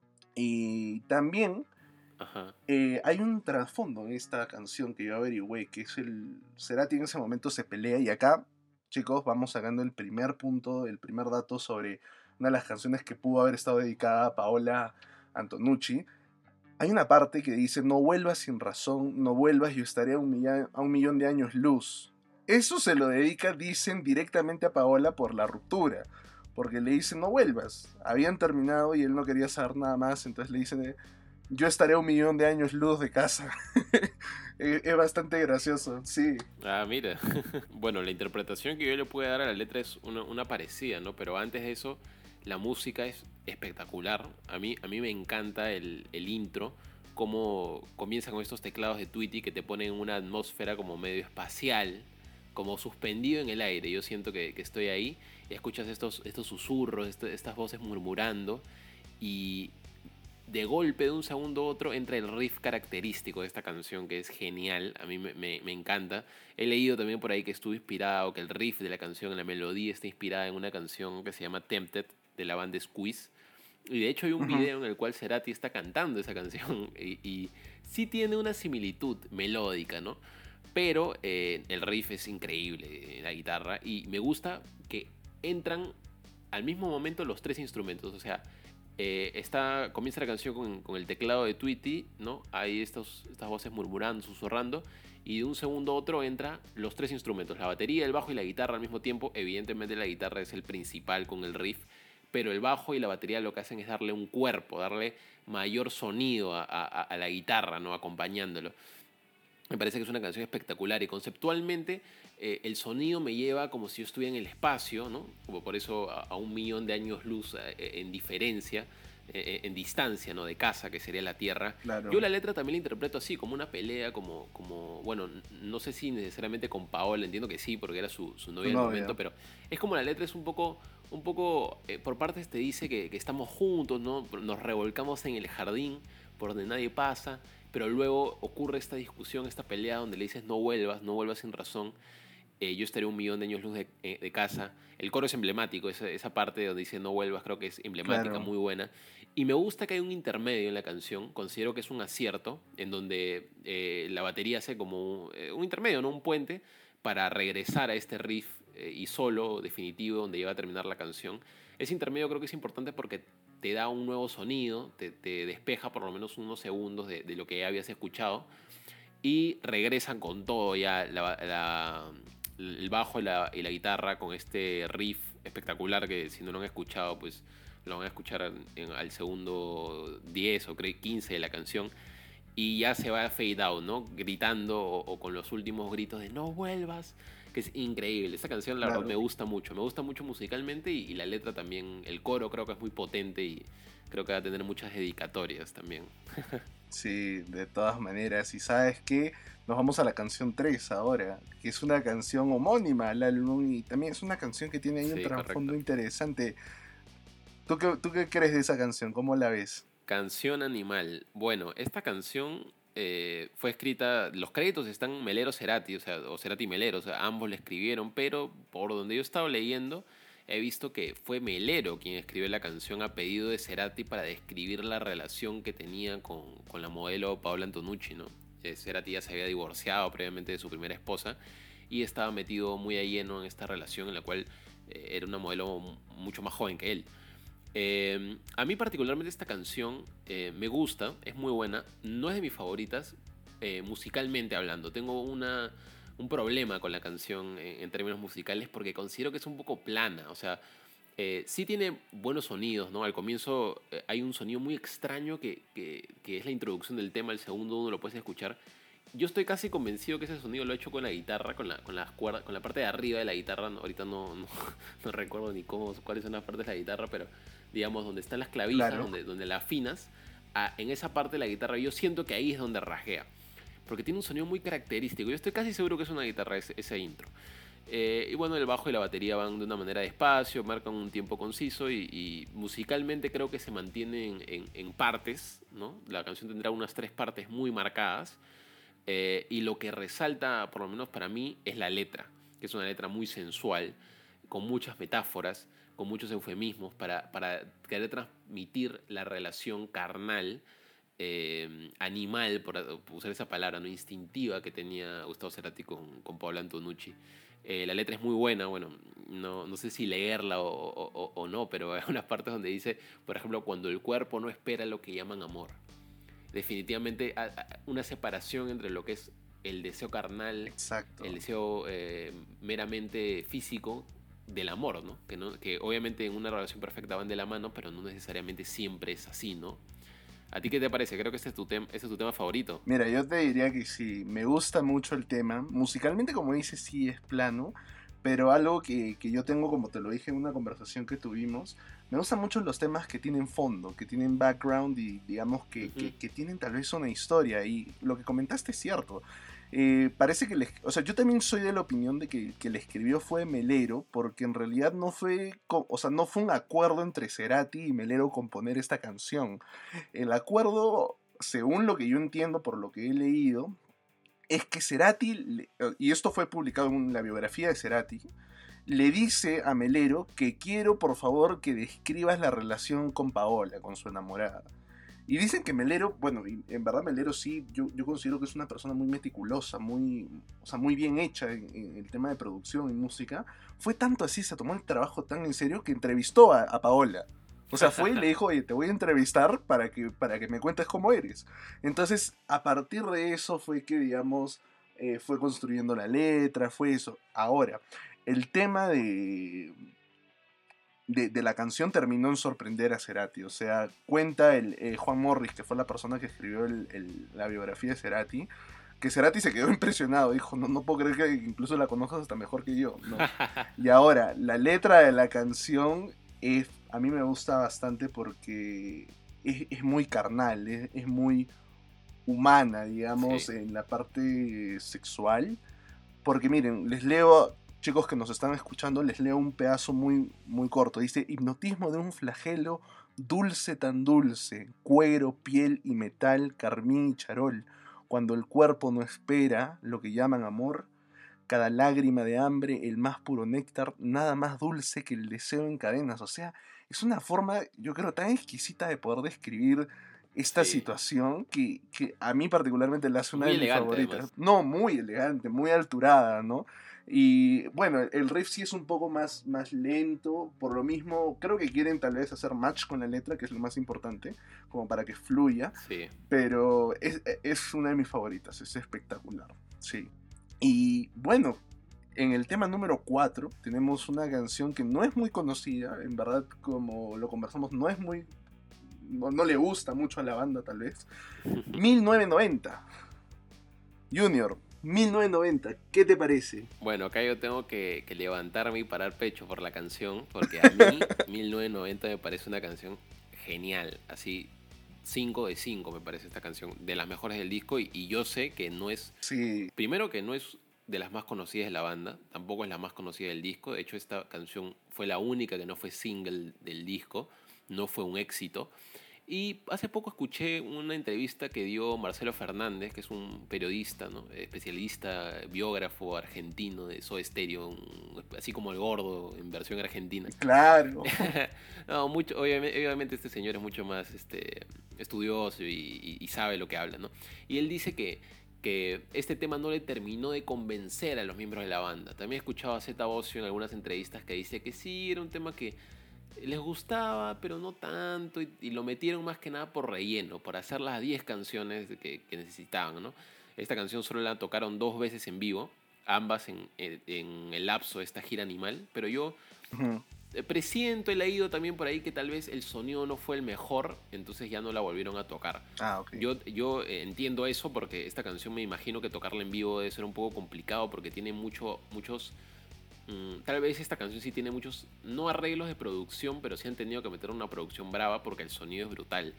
S4: Y también hay un trasfondo en esta canción que yo averigüé, que es Cerati en ese momento se pelea, y acá, chicos, vamos sacando el primer punto, el primer dato sobre una de las canciones que pudo haber estado dedicada a Paola Antonucci. Hay una parte que dice, no vuelvas sin razón, no vuelvas, yo estaré a 1.000.000 de años luz. Eso se lo dedica, dicen, directamente a Paola por la ruptura, porque le dicen, no vuelvas. Habían terminado y él no quería saber nada más, entonces le dicen, yo estaré a 1.000.000 de años luz de casa. Es bastante gracioso, sí.
S5: Ah, mira. Bueno, la interpretación que yo le puedo dar a la letra es una parecida, ¿no? Pero antes de eso, la música es espectacular. A mí me encanta el intro, cómo comienza con estos teclados de Tweety que te ponen en una atmósfera como medio espacial, como suspendido en el aire. Yo siento que estoy ahí y escuchas estos susurros, estas voces murmurando, y de golpe, de un segundo a otro, entra el riff característico de esta canción, que es genial. A mí me encanta. He leído también por ahí que estuvo inspirado, que el riff de la canción, la melodía, está inspirada en una canción que se llama Tempted, de la banda Squeeze. Y de hecho hay un video en el cual Cerati está cantando esa canción. Y sí tiene una similitud melódica, ¿no? Pero el riff es increíble, la guitarra. Y me gusta que entran al mismo momento los tres instrumentos. O sea, comienza la canción con el teclado de Tweety, ¿no? Hay estas voces murmurando, susurrando, y de un segundo a otro entra los tres instrumentos, la batería, el bajo y la guitarra al mismo tiempo. Evidentemente la guitarra es el principal con el riff, pero el bajo y la batería lo que hacen es darle un cuerpo, darle mayor sonido a la guitarra, ¿no? Acompañándolo. Me parece que es una canción espectacular y conceptualmente el sonido me lleva como si yo estuviera en el espacio, ¿no? Como por eso a 1.000.000 de años luz en diferencia, en distancia, ¿no? De casa, que sería la Tierra.
S4: Claro.
S5: Yo la letra también la interpreto así, como una pelea, como bueno, no sé si necesariamente con Paola, entiendo que sí, porque era su novia en el momento, pero es como la letra es un poco un poco, por partes te dice que estamos juntos, ¿no? Nos revolcamos en el jardín por donde nadie pasa, pero luego ocurre esta discusión, esta pelea donde le dices no vuelvas sin razón. Yo estaré 1.000.000 de años luz de casa. El coro es emblemático, esa parte donde dice no vuelvas creo que es emblemática,
S4: Claro.
S5: muy buena. Y me gusta que hay un intermedio en la canción, considero que es un acierto, en donde la batería hace como un intermedio, ¿no? Un puente para regresar a este riff y solo definitivo donde iba a terminar la canción. Ese intermedio creo que es importante porque te da un nuevo sonido, te despeja por lo menos unos segundos de lo que ya habías escuchado y regresan con todo ya el bajo y la guitarra con este riff espectacular que si no lo han escuchado pues lo van a escuchar al segundo 10 o 15 de la canción y ya se va a fade out, ¿no? Gritando o con los últimos gritos de no vuelvas, que es increíble. Esta canción la verdad me gusta mucho musicalmente y la letra también, el coro creo que es muy potente y creo que va a tener muchas dedicatorias también.
S4: Sí, de todas maneras. Y sabes que nos vamos a la canción 3 ahora, que es una canción homónima al álbum y también es una canción que tiene ahí un
S5: Sí,
S4: trasfondo
S5: correcto.
S4: interesante. ¿Tú qué crees de esa canción? ¿Cómo la ves?
S5: Canción Animal. Bueno, esta canción fue escrita, los créditos están Melero Cerati, o Cerati y Melero, o sea, ambos la escribieron, pero por donde yo he estado leyendo, he visto que fue Melero quien escribió la canción a pedido de Cerati para describir la relación que tenía con la modelo Paola Antonucci, ¿no? Cerati ya se había divorciado previamente de su primera esposa y estaba metido muy a lleno en esta relación en la cual era una modelo mucho más joven que él. A mí particularmente esta canción me gusta, es muy buena, no es de mis favoritas, musicalmente hablando. Tengo un problema con la canción en términos musicales porque considero que es un poco plana, o sea, sí tiene buenos sonidos, ¿no? Al comienzo hay un sonido muy extraño que es la introducción del tema, el segundo uno lo puedes escuchar. Yo estoy casi convencido que ese sonido lo he hecho con la guitarra, con las cuerdas, con la parte de arriba de la guitarra. Ahorita no recuerdo ni cuáles son las partes de la guitarra, pero digamos donde están las clavijas,
S4: Claro.
S5: donde la afinas, en esa parte de la guitarra yo siento que ahí es donde rasguea. Porque tiene un sonido muy característico. Yo estoy casi seguro que es una guitarra ese intro. Y bueno, el bajo y la batería van de una manera despacio, marcan un tiempo conciso y musicalmente creo que se mantienen en partes, ¿no? La canción tendrá unas 3 partes muy marcadas. Y lo que resalta, por lo menos para mí, es la letra, que es una letra muy sensual, con muchas metáforas, con muchos eufemismos, para querer transmitir la relación carnal, animal, por usar esa palabra, no instintiva que tenía Gustavo Cerati con Paola Antonucci. La letra es muy buena, bueno, no sé si leerla o no, pero hay unas partes donde dice, por ejemplo, cuando el cuerpo no espera lo que llaman amor. Definitivamente una separación entre lo que es el deseo carnal,
S4: Exacto.
S5: el deseo meramente físico del amor, ¿no? Que obviamente en una relación perfecta van de la mano, pero no necesariamente siempre es así, ¿no? ¿A ti qué te parece? Creo que ese es tu tema favorito.
S4: Mira, yo te diría que sí, me gusta mucho el tema. Musicalmente, como dices, sí es plano, pero algo que yo tengo, como te lo dije en una conversación que tuvimos, me gustan mucho los temas que tienen fondo, que tienen background y digamos que tienen tal vez una historia. Y lo que comentaste es cierto. Parece que, o sea, yo también soy de la opinión de que le escribió fue Melero, porque en realidad no fue, o sea, no fue un acuerdo entre Cerati y Melero componer esta canción. El acuerdo, según lo que yo entiendo por lo que he leído, es que Cerati, y esto fue publicado en la biografía de Cerati, le dice a Melero que quiero por favor que describas la relación con Paola, con su enamorada. Y dicen que Melero, bueno, y en verdad Melero sí, yo considero que es una persona muy meticulosa, o sea, muy bien hecha en el tema de producción y música. Fue tanto así, se tomó el trabajo tan en serio que entrevistó a Paola. O sea, fue y le dijo, oye, te voy a entrevistar para que me cuentes cómo eres. Entonces, a partir de eso fue que, digamos, fue construyendo la letra, fue eso. Ahora, el tema de la canción terminó en sorprender a Cerati. O sea, cuenta Juan Morris, que fue la persona que escribió la biografía de Cerati, que Cerati se quedó impresionado. Dijo, no puedo creer que incluso la conozcas hasta mejor que yo, ¿no? Y ahora, la letra de la canción a mí me gusta bastante porque es muy carnal, es muy humana, digamos,
S5: Sí.
S4: en la parte sexual. Porque miren, les leo chicos que nos están escuchando, les leo un pedazo muy, muy corto. Dice: hipnotismo de un flagelo dulce tan dulce, cuero, piel y metal, carmín y charol. Cuando el cuerpo no espera lo que llaman amor, cada lágrima de hambre, el más puro néctar, nada más dulce que el deseo en cadenas. O sea, es una forma, yo creo, tan exquisita de poder describir esta
S5: Sí.
S4: situación que a mí particularmente la hace una
S5: Muy
S4: de mis
S5: elegante,
S4: favoritas.
S5: además.
S4: No, muy elegante, muy alturada, ¿no? Y bueno, el riff sí es un poco más lento, por lo mismo creo que quieren tal vez hacer match con la letra, que es lo más importante, como para que fluya,
S5: Sí.
S4: pero es una de mis favoritas, es espectacular, sí. Y bueno, en el tema número 4 tenemos una canción que no es muy conocida, en verdad, como lo conversamos, no es muy... No le gusta mucho a la banda tal vez. 1990. Junior, 1990, ¿qué te parece?
S5: Bueno, acá yo tengo que levantarme y parar pecho por la canción, porque a mí 1990 me parece una canción genial, así 5 de 5 me parece esta canción, de las mejores del disco, y yo sé que no es,
S4: Sí,
S5: primero que no es de las más conocidas de la banda, tampoco es la más conocida del disco, de hecho esta canción fue la única que no fue single del disco, no fue un éxito. Y hace poco escuché una entrevista que dio Marcelo Fernández, que es un periodista, ¿no? Especialista, biógrafo argentino de Soda Stereo, así como el Gordo en versión argentina.
S4: claro.
S5: No, mucho, obviamente este señor es mucho más estudioso y sabe lo que habla, ¿no? Y él dice que este tema no le terminó de convencer a los miembros de la banda. También he escuchado a Zeta Bosio en algunas entrevistas que dice que sí, era un tema que les gustaba, pero no tanto, y lo metieron más que nada por relleno, por hacer las 10 canciones que necesitaban, ¿no? Esta canción solo la tocaron 2 veces en vivo, ambas en el lapso de esta gira Animal, pero yo
S4: Ujú.
S5: presiento, he leído también por ahí que tal vez el sonido no fue el mejor, entonces ya no la volvieron a tocar.
S4: Ah, ok.
S5: Yo entiendo eso porque esta canción me imagino que tocarla en vivo debe ser un poco complicado porque tiene muchos... Tal vez esta canción sí tiene muchos, no arreglos de producción, pero sí han tenido que meter una producción brava porque el sonido es brutal.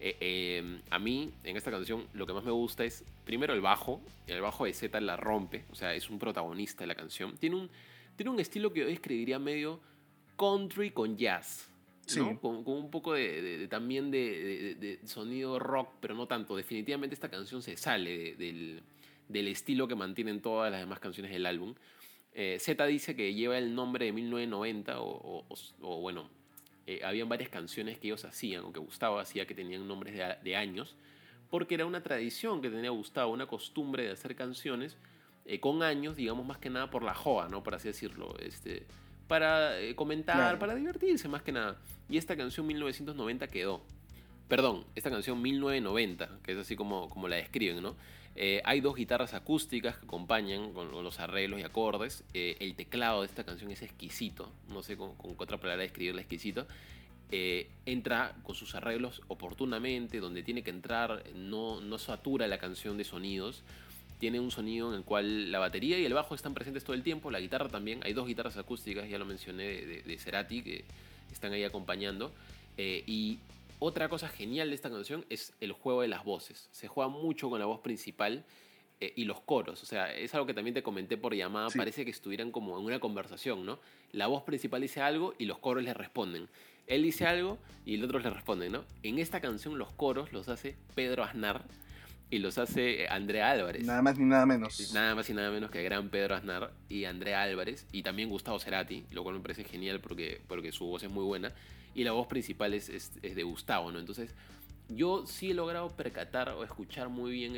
S5: A mí, en esta canción, lo que más me gusta es, primero, el bajo. El bajo de Z la rompe, o sea, es un protagonista de la canción. Tiene un estilo que yo describiría medio country con jazz, ¿no?
S4: Sí.
S5: Con un poco también de sonido rock, pero no tanto. Definitivamente esta canción se sale del estilo que mantienen todas las demás canciones del álbum. Z dice que lleva el nombre de 1990 o bueno, habían varias canciones que ellos hacían o que Gustavo hacía que tenían nombres de años porque era una tradición que tenía Gustavo, una costumbre de hacer canciones con años, digamos más que nada por la joda, ¿no? Por así decirlo, para comentar,
S4: Claro.
S5: para divertirse más que nada. Y esta canción 1990 quedó. Perdón, esta canción 1990, que es así como la describen, ¿no? Hay 2 guitarras acústicas que acompañan con los arreglos y acordes. El teclado de esta canción es exquisito. No sé con qué otra palabra describirla exquisito. Entra con sus arreglos oportunamente, donde tiene que entrar, no satura la canción de sonidos. Tiene un sonido en el cual la batería y el bajo están presentes todo el tiempo. La guitarra también. Hay 2 guitarras acústicas, ya lo mencioné, de Cerati, que están ahí acompañando. Y otra cosa genial de esta canción es el juego de las voces. Se juega mucho con la voz principal y los coros. O sea, es algo que también te comenté por llamada.
S4: Sí.
S5: Parece que estuvieran como en una conversación, ¿no? La voz principal dice algo y los coros le responden. Él dice algo y el otro le responde, ¿no? En esta canción los coros los hace Pedro Aznar y los hace Andrea Álvarez.
S4: Nada más ni nada menos.
S5: Nada más y nada menos que gran Pedro Aznar y Andrea Álvarez y también Gustavo Cerati, lo cual me parece genial porque su voz es muy buena y la voz principal es de Gustavo, ¿no? Entonces yo sí he logrado percatar o escuchar muy bien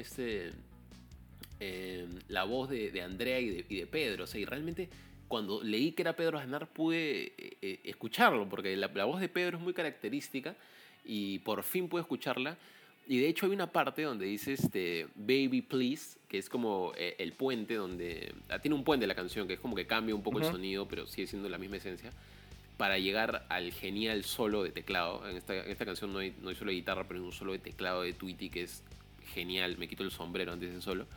S5: la voz de Andrea y de Pedro, o sea, y realmente cuando leí que era Pedro Aznar pude escucharlo porque la voz de Pedro es muy característica y por fin pude escucharla. Y de hecho hay una parte donde dice Baby Please, que es como el puente donde... tiene un puente la canción, que es como que cambia un poco el sonido, pero sigue siendo la misma esencia, para llegar al genial solo de teclado. En esta canción no hay solo de guitarra, pero hay un solo de teclado de Tweety que es genial. Me quito el sombrero antes de ese solo.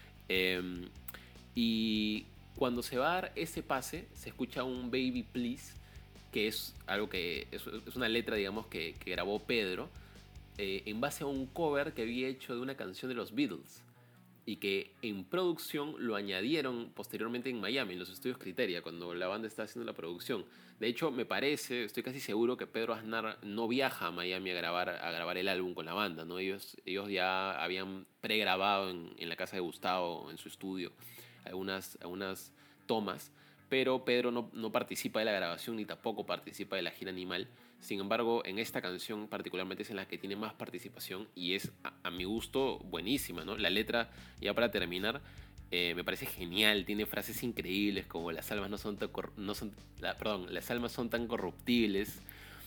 S5: Y cuando se va a dar ese pase, se escucha un Baby Please, que es algo que... Es una letra, digamos, que grabó Pedro, en base a un cover que había hecho de una canción de los Beatles. y que en producción lo añadieron posteriormente en Miami, en los estudios Criteria, cuando la banda está haciendo la producción. De hecho, me parece, estoy casi seguro que Pedro Aznar no viaja a Miami a grabar el álbum con la banda, ¿no? Ellos ya habían pregrabado en la casa de Gustavo, en su estudio, algunas tomas, pero Pedro no participa de la grabación ni tampoco participa de la gira Animal. Sin embargo, en esta canción particularmente es en la que tiene más participación y es, a mi gusto, buenísima, ¿no? La letra, ya para terminar, me parece genial, tiene frases increíbles como las almas las almas son tan corruptibles.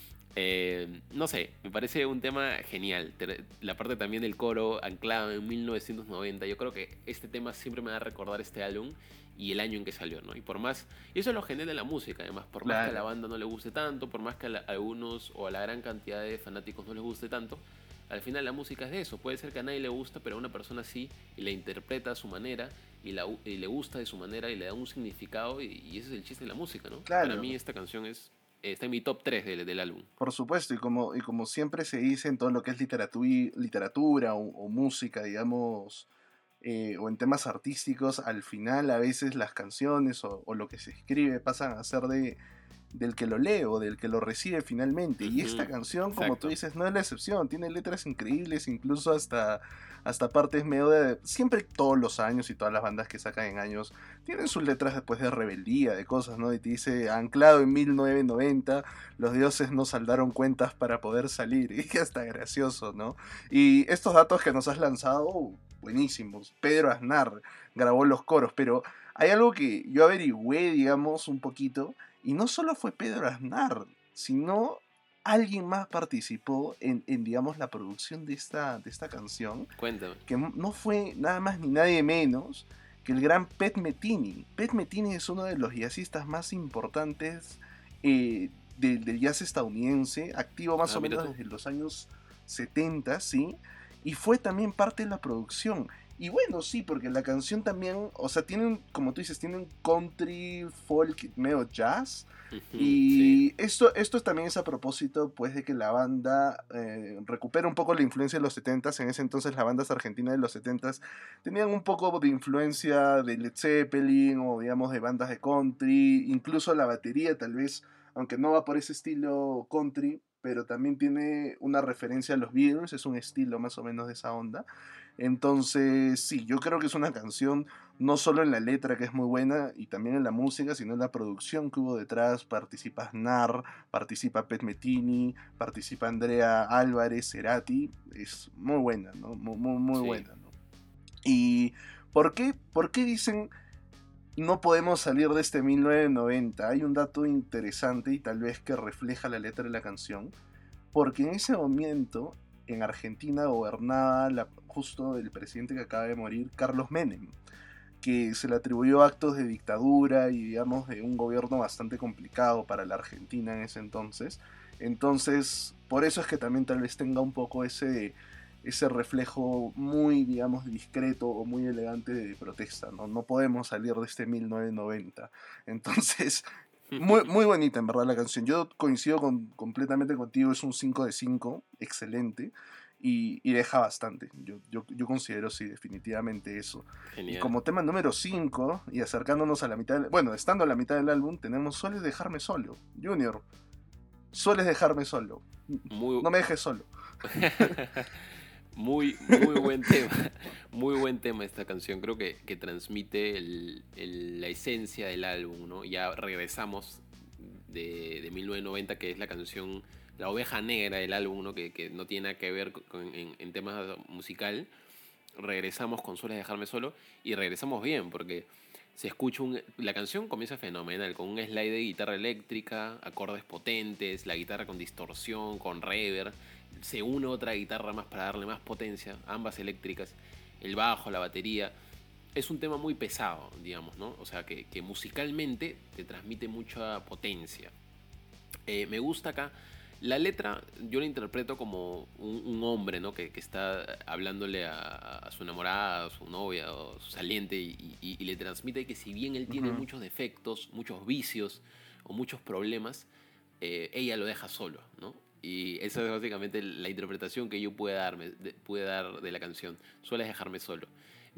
S5: No sé, me parece un tema genial. La parte también del coro anclado en 1990. Yo creo que este tema siempre me va a recordar este álbum y el año en que salió, ¿no? Y eso es lo genial de la música, además, por más que a la banda no le guste tanto, por más que a algunos o a la gran cantidad de fanáticos no les guste tanto, al final la música es de eso. Puede ser que a nadie le gusta, pero a una persona sí, y la interpreta a su manera, y le gusta de su manera, y le da un significado, y ese es el chiste de la música, ¿no?
S4: Claro.
S5: Para mí esta canción está en mi top 3 del álbum.
S4: Por supuesto, y como siempre se dice en todo lo que es literatura o música, digamos, o en temas artísticos, al final a veces las canciones o lo que se escribe pasan a ser del que lo lee o del que lo recibe finalmente. Y esta canción, como tú dices, no es la excepción. Tiene letras increíbles, incluso hasta partes medio de... Siempre, todos los años y todas las bandas que sacan en años tienen sus letras después de rebeldía, de cosas, ¿no? Y te dice, anclado en 1990, los dioses no saldaron cuentas para poder salir. Y que hasta gracioso, ¿no? Y estos datos que nos has lanzado, buenísimos. Pedro Aznar grabó los coros, pero hay algo que yo averigüé, digamos, un poquito, y no solo fue Pedro Aznar, sino alguien más participó en digamos, la producción de esta canción.
S5: Cuéntame.
S4: Que no fue nada más ni nadie menos que el gran Pet Metheny. Pet Metheny es uno de los jazzistas más importantes del jazz estadounidense, activo más o menos desde los años 70, ¿sí? Y fue también parte de la producción. Y bueno, sí, porque la canción también, o sea, tienen, como tú dices, tienen country, folk, medio jazz. Y sí, esto también es a propósito, pues, de que la banda recupera un poco la influencia de los 70s. En ese entonces las bandas argentinas de los 70s tenían un poco de influencia de Led Zeppelin o, digamos, de bandas de country. Incluso la batería, tal vez, aunque no va por ese estilo country, pero también tiene una referencia a los Beatles, es un estilo más o menos de esa onda. Entonces, sí, yo creo que es una canción no solo en la letra, que es muy buena, y también en la música, sino en la producción que hubo detrás. Participa Aznar, participa Pet Metheny, participa Andrea Álvarez, Cerati. Es muy buena, ¿no? Muy buena, ¿no? ¿Y por qué dicen no podemos salir de este 1990? Hay un dato interesante y tal vez que refleja la letra de la canción, porque en ese momento en Argentina gobernaba justo el presidente que acaba de morir, Carlos Menem, que se le atribuyó actos de dictadura y, digamos, de un gobierno bastante complicado para la Argentina en ese entonces. Entonces, por eso es que también tal vez tenga un poco ese reflejo muy, digamos, discreto o muy elegante de protesta, ¿no? No podemos salir de este 1990. Entonces, muy bonita en verdad la canción. Yo coincido completamente contigo, es un 5 de 5, excelente. Y deja bastante. Yo considero, sí, definitivamente eso. Genial. Y como tema número 5, y acercándonos a la mitad, estando a la mitad del álbum, tenemos Sueles dejarme solo. Junior, sueles dejarme solo. No me dejes solo.
S5: Muy buen tema. Muy buen tema esta canción. Creo que transmite la esencia del álbum, ¿no? Ya regresamos de 1990, que es la canción, la oveja negra del álbum, ¿no? Que no tiene nada que ver en temas musical. Regresamos con Sueles dejarme solo y regresamos bien, porque se escucha la canción comienza fenomenal, con un slide de guitarra eléctrica, acordes potentes, la guitarra con distorsión, con reverb. Se une otra guitarra más para darle más potencia, ambas eléctricas, el bajo, la batería. Es un tema muy pesado, digamos, ¿no? O sea, que musicalmente te transmite mucha potencia. Me gusta acá. La letra yo la interpreto como un hombre, ¿no? Que está hablándole a su enamorada, a su novia o su saliente y le transmite que si bien él tiene muchos defectos, muchos vicios o muchos problemas, ella lo deja solo, ¿no? Y esa es básicamente la interpretación que yo pude dar de la canción. Sueles dejarme solo.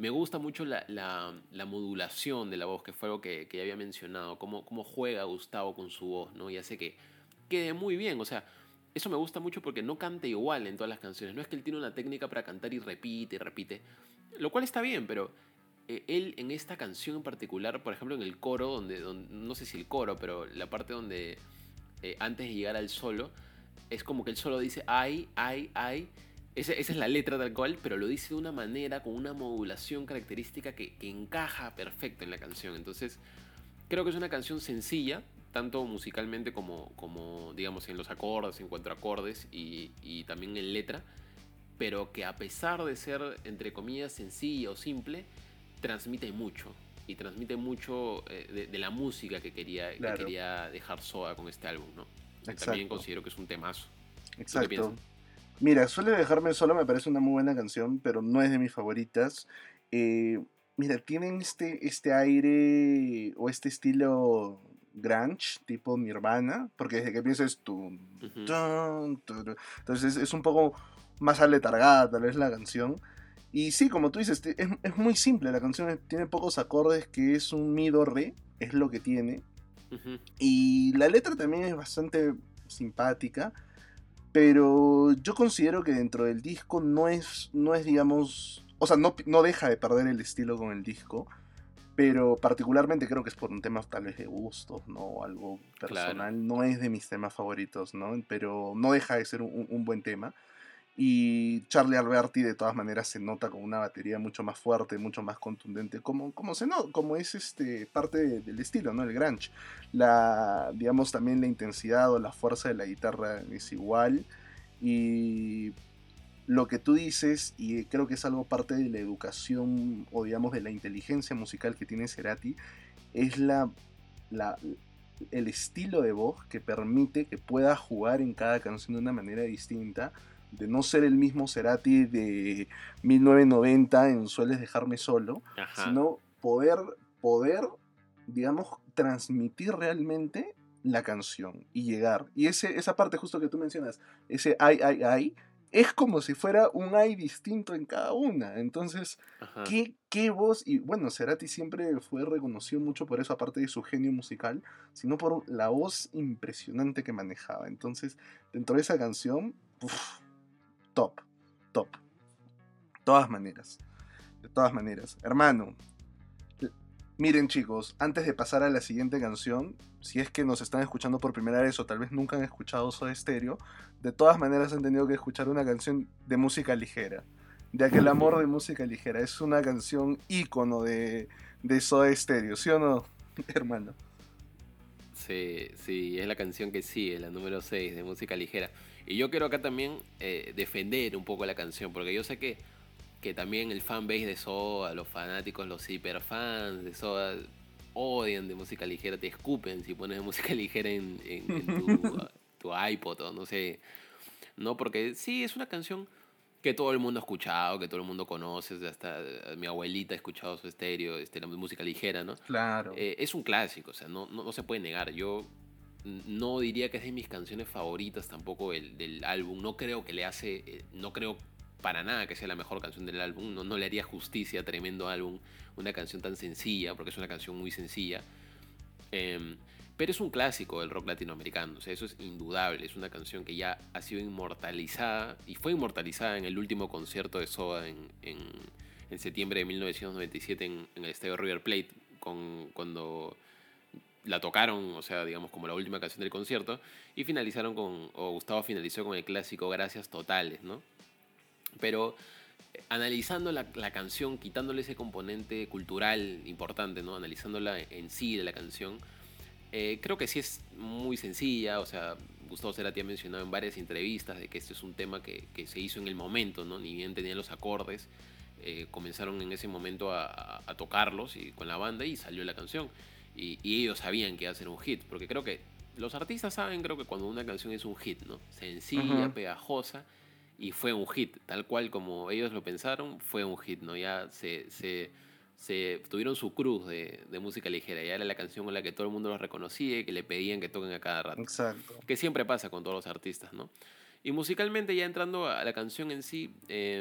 S5: Me gusta mucho la modulación de la voz, que fue algo que ya había mencionado, cómo juega Gustavo con su voz, ¿no? Y hace que quede muy bien, o sea, eso me gusta mucho porque no canta igual en todas las canciones, no es que él tiene una técnica para cantar y repite, lo cual está bien, pero él en esta canción en particular, por ejemplo en el coro, donde no sé si el coro, pero la parte donde antes de llegar al solo, es como que él solo dice ay, ay, ay. Esa es la letra tal cual, pero lo dice de una manera, con una modulación característica que encaja perfecto en la canción. Entonces, creo que es una canción sencilla, tanto musicalmente como digamos, en los acordes, en cuanto a acordes y también en letra, pero que a pesar de ser, entre comillas, sencilla o simple, transmite mucho. Y transmite mucho de la música
S4: Claro.
S5: que quería dejar Soda con este álbum, ¿no? Que
S4: Exacto.
S5: también considero que es un temazo. ¿Tú qué
S4: Exacto.
S5: piensas?
S4: Mira, Suele dejarme solo me parece una muy buena canción, pero no es de mis favoritas. Mira, tienen este aire o este estilo grunge, tipo Nirvana, porque desde que empieza es
S5: Ujú.
S4: entonces es un poco más aletargada tal vez la canción. Y sí, como tú dices, es muy simple la canción, tiene pocos acordes, que es un mi do re, es lo que tiene.
S5: Ujú.
S4: Y la letra también es bastante simpática. Pero yo considero que dentro del disco no es digamos, o sea, no deja de perder el estilo con el disco, pero particularmente creo que es por un tema tal vez de gustos, ¿no? O algo
S5: Claro.
S4: personal, no es de mis temas favoritos, ¿no? Pero no deja de ser un buen tema. Y Charlie Alberti de todas maneras se nota con una batería mucho más fuerte, mucho más contundente, como es parte del estilo, ¿no? El grunge. Digamos también la intensidad o la fuerza de la guitarra es igual. Y lo que tú dices, y creo que es algo parte de la educación o digamos de la inteligencia musical que tiene Cerati, es la, el estilo de voz que permite que pueda jugar en cada canción de una manera distinta, de no ser el mismo Cerati de 1990 en Sueles dejarme solo,
S5: Ajá.
S4: sino poder, digamos, transmitir realmente la canción y llegar. Y esa parte justo que tú mencionas, ese ay, ay, ay, es como si fuera un ay distinto en cada una. Entonces,
S5: Ajá.
S4: qué voz, y bueno, Cerati siempre fue reconocido mucho por eso, aparte de su genio musical, sino por la voz impresionante que manejaba. Entonces, dentro de esa canción, uf, top, top. Todas maneras, de todas maneras. Hermano, miren chicos, antes de pasar a la siguiente canción, si es que nos están escuchando por primera vez o tal vez nunca han escuchado Soda Stereo, de todas maneras han tenido que escuchar una canción de música ligera. De aquel amor de música ligera. Es una canción ícono de Soda Stereo, ¿sí o no, hermano?
S5: Sí, sí, es la canción que sigue, la número 6 de música ligera. Y yo quiero acá también defender un poco la canción, porque yo sé que también el fanbase de Soda, los fanáticos, los hiperfans de Soda, odian de música ligera, te escupen si pones música ligera en tu iPod o no sé. No, porque sí, es una canción que todo el mundo ha escuchado, que todo el mundo conoce, hasta mi abuelita ha escuchado su estéreo, la música ligera, ¿no?
S4: Claro.
S5: Es un clásico, o sea, no se puede negar. Yo no diría que es de mis canciones favoritas tampoco del álbum. No creo que le hace, no creo para nada que sea la mejor canción del álbum. No le haría justicia a tremendo álbum una canción tan sencilla, porque es una canción muy sencilla. Eh, pero es un clásico del rock latinoamericano, o sea, eso es indudable. Es una canción que ya ha sido inmortalizada y fue inmortalizada en el último concierto de Soda en septiembre de 1997 en el estadio River Plate, cuando la tocaron, o sea, digamos como la última canción del concierto, y finalizaron o Gustavo finalizó con el clásico Gracias Totales, ¿no? Pero analizando la canción, quitándole ese componente cultural importante, ¿no? Analizándola en sí de la canción, creo que sí es muy sencilla, o sea, Gustavo Cerati ha mencionado en varias entrevistas de que este es un tema que se hizo en el momento, ¿no? Ni bien tenían los acordes, comenzaron en ese momento a tocarlos y, con la banda y salió la canción. Y ellos sabían que iba a ser un hit, porque creo que los artistas saben, creo que cuando una canción es un hit, ¿no? Sencilla,
S4: Ujú.
S5: pegajosa, y fue un hit, tal cual como ellos lo pensaron, fue un hit, ¿no? Ya se tuvieron su cruz de música ligera, ya era la canción con la que todo el mundo los reconocía y que le pedían que toquen a cada rato.
S4: Exacto.
S5: Que siempre pasa con todos los artistas, ¿no? Y musicalmente, ya entrando a la canción en sí,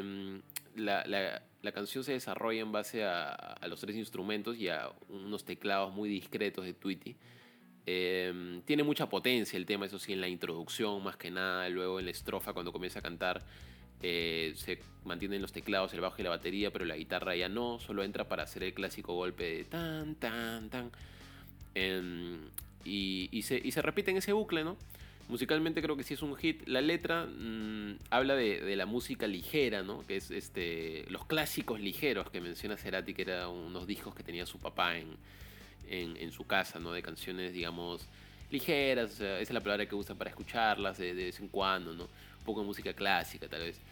S5: la canción se desarrolla en base a los 3 instrumentos y a unos teclados muy discretos de Tweety. Tiene mucha potencia el tema, eso sí, en la introducción más que nada. Luego en la estrofa, cuando comienza a cantar, se mantienen los teclados, el bajo y la batería, pero la guitarra ya no, solo entra para hacer el clásico golpe de tan, tan, tan. Y se repite en ese bucle, ¿no? Musicalmente creo que sí es un hit. La letra habla de la música ligera, ¿no? Que es los clásicos ligeros que menciona Cerati, que eran unos discos que tenía su papá en su casa, ¿no? De canciones, digamos, ligeras. O sea, esa es la palabra que usa para escucharlas de vez en cuando, ¿no? Un poco de música clásica, tal vez.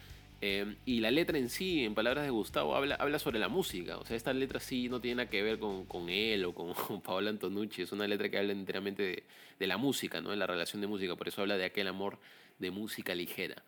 S5: Y la letra en sí, en palabras de Gustavo, habla sobre la música. O sea, esta letra sí no tiene nada que ver con él o con Paolo Antonucci. Es una letra que habla enteramente de la música, ¿no? De la relación de música. Por eso habla de aquel amor de música ligera.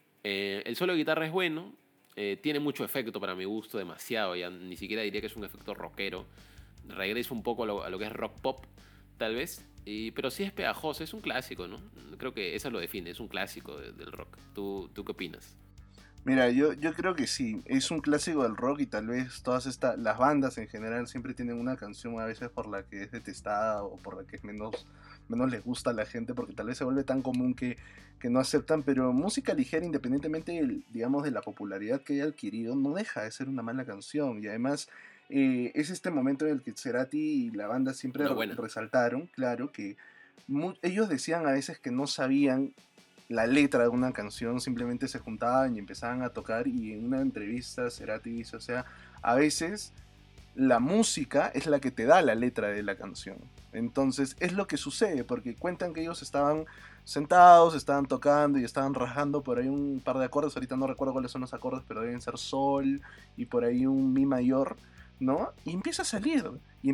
S5: El solo de guitarra es bueno. Tiene mucho efecto para mi gusto, demasiado. Ya ni siquiera diría que es un efecto rockero. Regresa un poco a lo que es rock pop, tal vez. Pero sí es pegajoso, es un clásico, ¿no? Creo que eso lo define, es un clásico del rock. ¿Tú qué opinas?
S4: Mira, yo creo que sí, es un clásico del rock y tal vez las bandas en general siempre tienen una canción a veces por la que es detestada o por la que menos les gusta a la gente porque tal vez se vuelve tan común que no aceptan, pero música ligera, independientemente digamos, de la popularidad que haya adquirido, no deja de ser una mala canción y además es este momento en el que Cerati y la banda siempre
S5: Una buena.
S4: resaltaron, claro, que ellos decían a veces que no sabían la letra de una canción, simplemente se juntaban y empezaban a tocar y en una entrevista Cerati dice, o sea, a veces la música es la que te da la letra de la canción. Entonces es lo que sucede, porque cuentan que ellos estaban sentados, estaban tocando y estaban rajando por ahí un par de acordes, ahorita no recuerdo cuáles son los acordes, pero deben ser sol y por ahí un mi mayor, ¿no? Y empieza a salir,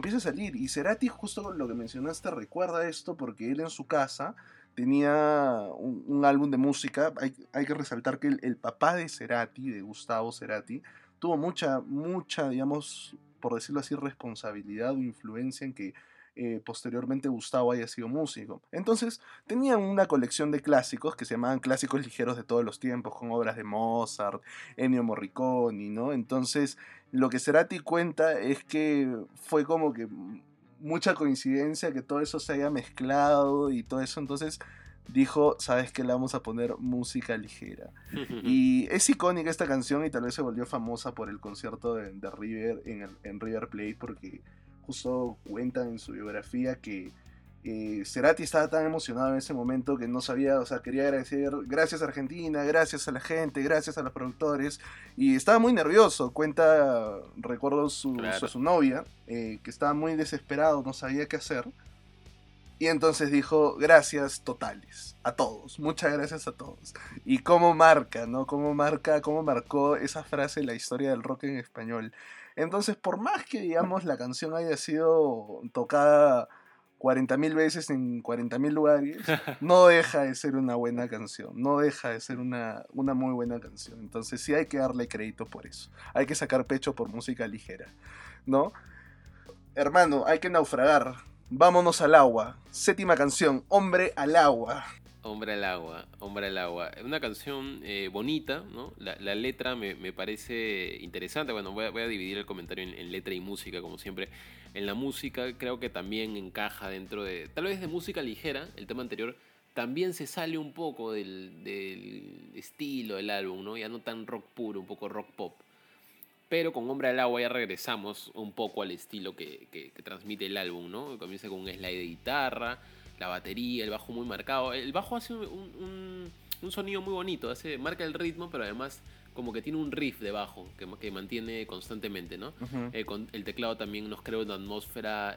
S4: y Cerati, justo lo que mencionaste, recuerda esto porque él en su casa tenía un álbum de música. Hay que resaltar que el papá de Cerati, de Gustavo Cerati, tuvo mucha, digamos, por decirlo así, responsabilidad o influencia en que posteriormente Gustavo haya sido músico. Entonces, tenían una colección de clásicos que se llamaban clásicos ligeros de todos los tiempos, con obras de Mozart, Ennio Morricone, ¿no? Entonces, lo que Cerati cuenta es que fue como que mucha coincidencia que todo eso se haya mezclado y todo eso, entonces dijo, sabes que le vamos a poner música ligera. Y es icónica esta canción y tal vez se volvió famosa por el concierto de River en River Plate porque justo cuentan en su biografía que Cerati estaba tan emocionado en ese momento que no sabía, o sea, quería agradecer, gracias a Argentina, gracias a la gente, gracias a los productores, y estaba muy nervioso. Cuenta, recuerdo
S5: Claro.
S4: su novia, que estaba muy desesperado, no sabía qué hacer, y entonces dijo, gracias totales, a todos, muchas gracias a todos. Y cómo marca, ¿no? Cómo marcó esa frase la historia del rock en español. Entonces, por más que, digamos, la canción haya sido tocada 40.000 veces en 40.000 lugares, no deja de ser una buena canción, no deja de ser una muy buena canción. Entonces sí hay que darle crédito por eso, hay que sacar pecho por música ligera, ¿no? Hermano, hay que naufragar, vámonos al agua. Séptima canción, Hombre al agua.
S5: Hombre al agua, Hombre al agua. Una canción bonita, ¿no? La letra me parece interesante. Bueno, voy a dividir el comentario en letra y música, como siempre. En la música creo que también encaja dentro de, tal vez de música ligera, el tema anterior, también se sale un poco del estilo del álbum, ¿no? Ya no tan rock puro, un poco rock pop. Pero con Hombre al agua ya regresamos un poco al estilo que transmite el álbum, ¿no? Comienza con un slide de guitarra, la batería, el bajo muy marcado. El bajo hace un sonido muy bonito, marca el ritmo, pero además como que tiene un riff de bajo que mantiene constantemente, ¿no?
S4: Uh-huh.
S5: Con el teclado también nos crea una atmósfera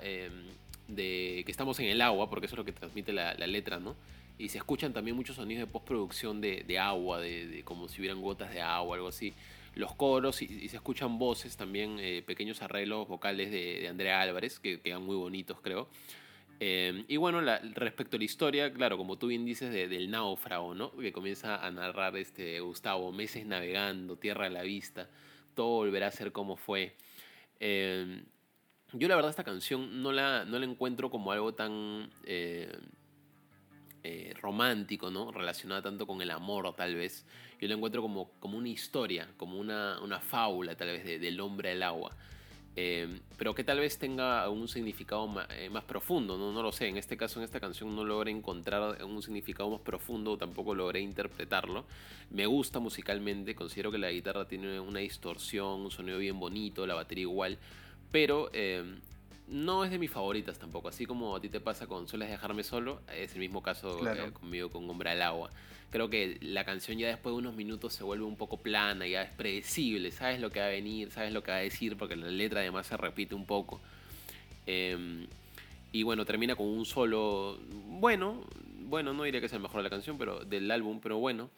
S5: de que estamos en el agua, porque eso es lo que transmite la letra, ¿no? Y se escuchan también muchos sonidos de postproducción de agua, de como si hubieran gotas de agua, algo así. Los coros y se escuchan voces también, pequeños arreglos vocales de Andrea Álvarez, que quedan muy bonitos, creo. Y bueno, respecto a la historia, claro, como tú bien dices, del náufrago, ¿no? Que comienza a narrar Gustavo, meses navegando, tierra a la vista, todo volverá a ser como fue. Yo la verdad esta canción no la encuentro como algo tan romántico, ¿no? Relacionada tanto con el amor, tal vez. Yo lo encuentro como una historia, como una fábula, tal vez, del hombre al agua. Pero que tal vez tenga un significado más profundo, ¿no? No lo sé. En este caso, en esta canción no logré encontrar un significado más profundo, tampoco logré interpretarlo. Me gusta musicalmente, considero que la guitarra tiene una distorsión, un sonido bien bonito, la batería igual, pero no es de mis favoritas tampoco. Así como a ti te pasa con Sueles dejarme solo, es el mismo caso
S4: Claro.
S5: conmigo con Hombre al Agua. Creo que la canción ya después de unos minutos se vuelve un poco plana, ya es predecible, sabes lo que va a venir, sabes lo que va a decir, porque la letra además se repite un poco. Eh, y bueno, termina con un solo, bueno, no diría que es el mejor de la canción, pero del álbum, pero bueno.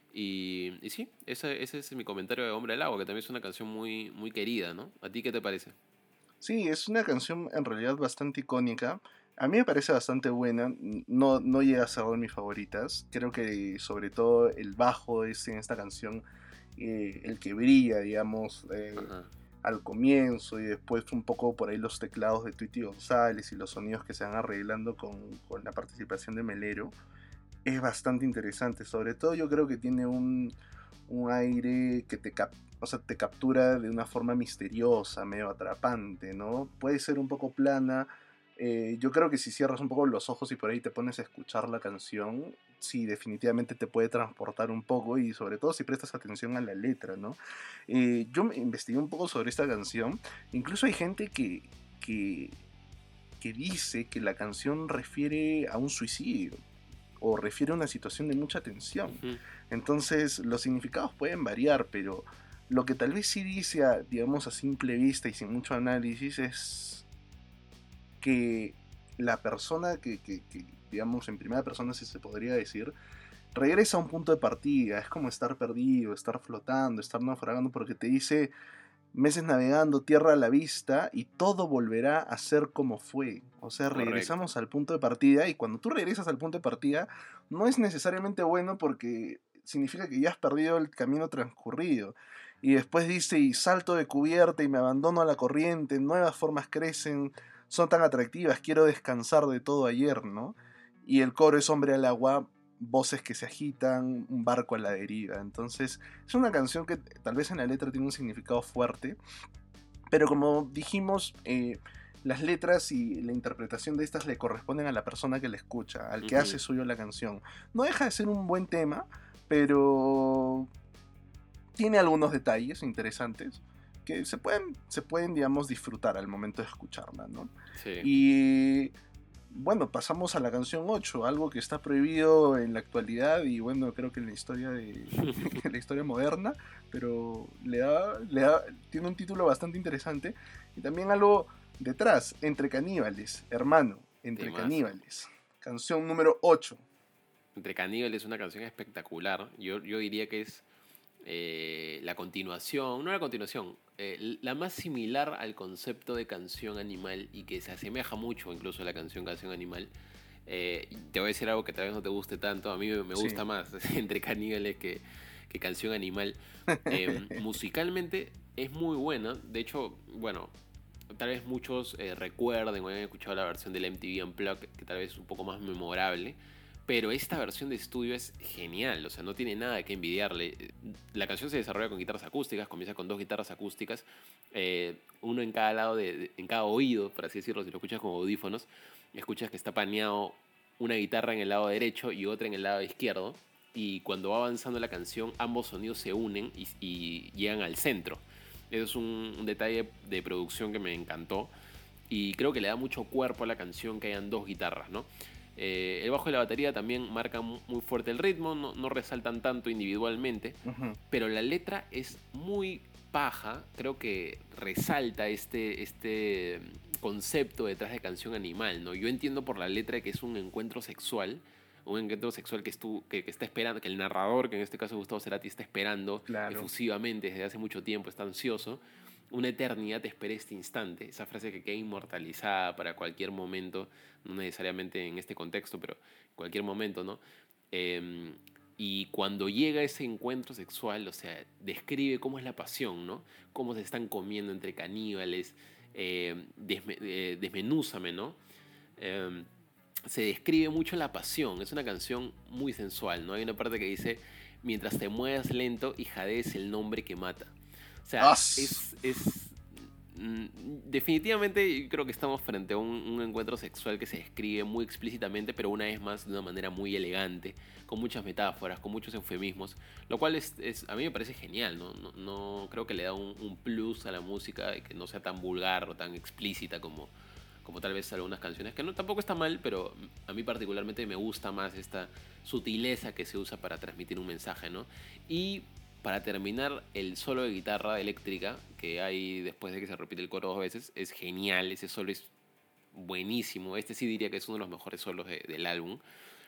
S5: Y sí, ese es mi comentario de Hombre al Agua, que también es una canción muy, muy querida, ¿no? ¿A ti qué te parece?
S4: Sí, es una canción en realidad bastante icónica. A mí me parece bastante buena. No, no llega a ser de mis favoritas. Creo que sobre todo el bajo es en esta canción el que brilla, digamos,
S5: Ajá.
S4: al comienzo y después un poco por ahí los teclados de Tweety González y los sonidos que se van arreglando con la participación de Melero. Es bastante interesante. Sobre todo yo creo que tiene un aire que o sea, te captura de una forma misteriosa, medio atrapante, ¿no? Puede ser un poco plana. Yo creo que si cierras un poco los ojos y por ahí te pones a escuchar la canción, sí, definitivamente te puede transportar un poco y sobre todo si prestas atención a la letra, ¿no? Yo me investigué un poco sobre esta canción. Incluso hay gente que, que dice que la canción refiere a un suicidio o refiere a una situación de mucha tensión.
S5: Ujú.
S4: Entonces los significados pueden variar, pero lo que tal vez sí dice, digamos a simple vista y sin mucho análisis, es que la persona que, digamos, en primera persona, si se podría decir, regresa a un punto de partida. Es como estar perdido, estar flotando, estar naufragando, porque te dice meses navegando, tierra a la vista, y todo volverá a ser como fue. O sea,
S5: Correcto.
S4: regresamos al punto de partida, y cuando tú regresas al punto de partida, no es necesariamente bueno porque significa que ya has perdido el camino transcurrido. Y después dice, y salto de cubierta y me abandono a la corriente, nuevas formas crecen, son tan atractivas, quiero descansar de todo ayer, ¿no? Y el coro es hombre al agua, voces que se agitan, un barco a la deriva. Entonces, es una canción que tal vez en la letra tiene un significado fuerte, pero como dijimos, las letras y la interpretación de estas le corresponden a la persona que la escucha, al que
S5: Ujú.
S4: hace suyo la canción. No deja de ser un buen tema, pero tiene algunos detalles interesantes que se pueden, digamos, disfrutar al momento de escucharla, ¿no?
S5: Sí.
S4: Y bueno, pasamos a la canción 8, algo que está prohibido en la actualidad y bueno, creo que en la historia en la historia moderna, pero tiene un título bastante interesante y también algo detrás, Entre Caníbales, hermano, Entre
S5: Temazo.
S4: Caníbales, canción número 8.
S5: Entre Caníbales es una canción espectacular. Yo diría que es la continuación, no la continuación, la más similar al concepto de canción animal y que se asemeja mucho incluso a la canción Animal. Te voy a decir algo que tal vez no te guste tanto, a mí me
S4: Sí.
S5: gusta más Entre Caníbales que Canción Animal. Musicalmente es muy buena, de hecho, bueno, tal vez muchos recuerden o hayan escuchado la versión del MTV Unplugged, que tal vez es un poco más memorable. Pero esta versión de estudio es genial, o sea, no tiene nada que envidiarle. La canción se desarrolla con guitarras acústicas, comienza con dos guitarras acústicas, uno en cada lado, en cada oído, por así decirlo, si lo escuchas con audífonos, escuchas que está paneado una guitarra en el lado derecho y otra en el lado izquierdo, y cuando va avanzando la canción, ambos sonidos se unen y llegan al centro. Eso es un detalle de producción que me encantó y creo que le da mucho cuerpo a la canción que hayan dos guitarras, ¿no? El bajo y la batería también marcan muy fuerte el ritmo, no resaltan tanto individualmente,
S4: Ujú.
S5: pero la letra es muy paja, creo que resalta este concepto detrás de Canción Animal, ¿no? Yo entiendo por la letra que es un encuentro sexual que está esperando, que el narrador, que en este caso Gustavo Cerati, está esperando
S4: Claro.
S5: efusivamente desde hace mucho tiempo, está ansioso. Una eternidad te espera este instante, esa frase que queda inmortalizada para cualquier momento, no necesariamente en este contexto, pero en cualquier momento, ¿no? Eh, y cuando llega ese encuentro sexual, o sea, describe cómo es la pasión, ¿no? Cómo se están comiendo entre caníbales, desmenúzame, ¿no? Eh, se describe mucho la pasión. Es una canción muy sensual, ¿no? Hay una parte que dice, mientras te muevas lento y jadees el nombre que mata. O sea, definitivamente creo que estamos frente a un encuentro sexual que se describe muy explícitamente, pero una vez más de una manera muy elegante, con muchas metáforas, con muchos eufemismos, lo cual a mí me parece genial, ¿no? No creo que le da un plus a la música y que no sea tan vulgar o tan explícita como tal vez algunas canciones, que no, tampoco está mal, pero a mí particularmente me gusta más esta sutileza que se usa para transmitir un mensaje, ¿no? Y para terminar, el solo de guitarra eléctrica que hay después de que se repite el coro 2 veces es genial. Ese solo es buenísimo. Este sí diría que es uno de los mejores solos del álbum.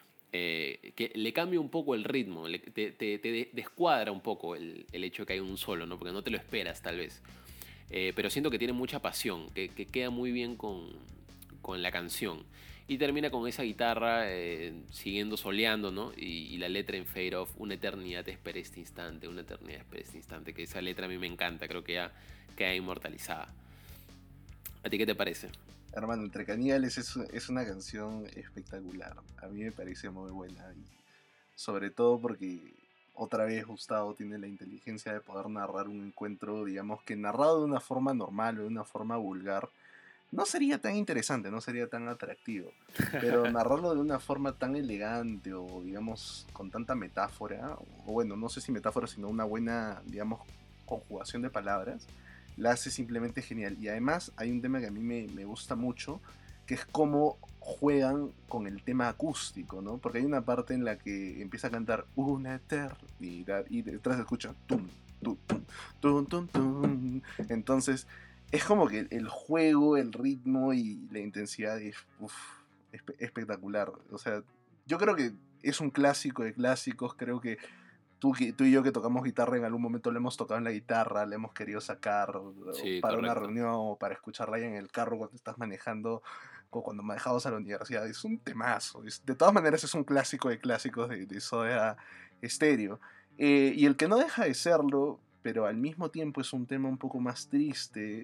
S5: Que le cambia un poco el ritmo, te descuadra un poco el hecho de que hay un solo, ¿no? Porque no te lo esperas tal vez. Pero siento que tiene mucha pasión, que queda muy bien con la canción. Y termina con esa guitarra siguiendo soleando, ¿no? Y la letra en Fade Off, una eternidad espera este instante, una eternidad espera este instante, que esa letra a mí me encanta, creo que ya queda inmortalizada. ¿A ti qué te parece?
S4: Hermano, Entre Caníbales es una canción espectacular. A mí me parece muy buena. Y sobre todo porque otra vez Gustavo tiene la inteligencia de poder narrar un encuentro, digamos que narrado de una forma normal o de una forma vulgar, no sería tan interesante, no sería tan atractivo. Pero narrarlo de una forma tan elegante o, digamos, con tanta metáfora, o bueno, no sé si metáfora, sino una buena, digamos, conjugación de palabras, la hace simplemente genial. Y además hay un tema que a mí me gusta mucho, que es cómo juegan con el tema acústico, ¿no? Porque hay una parte en la que empieza a cantar una eternidad y detrás se escucha tum, tum, tum, tum, tum, tum. Entonces es como que el juego, el ritmo y la intensidad es espectacular. O sea, yo creo que es un clásico de clásicos. Creo que tú y yo que tocamos guitarra en algún momento le hemos tocado en la guitarra, le hemos querido sacar
S5: Sí,
S4: para una
S5: correcto.
S4: reunión o para escucharla ahí en el carro cuando estás manejando o cuando manejabas a la universidad. Es un temazo. De todas maneras es un clásico de clásicos de Soda Stereo. Y el que no deja de serlo, pero al mismo tiempo es un tema un poco más triste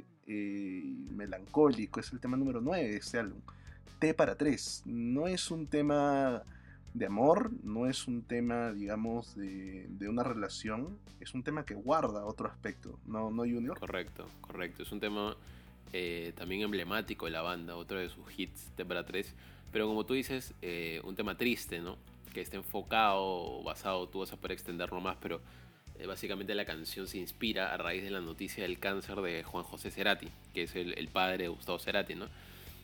S4: y melancólico, es el tema número 9 de este álbum. T para 3. No es un tema de amor, no es un tema, digamos, de una relación, es un tema que guarda otro aspecto, ¿no, Junior?
S5: Correcto. Es un tema también emblemático de la banda, otro de sus hits, T para 3. Pero como tú dices, un tema triste, ¿no? Que está enfocado, basado, tú vas a poder extenderlo más, pero básicamente la canción se inspira a raíz de la noticia del cáncer de Juan José Cerati, que es el padre de Gustavo Cerati, ¿no?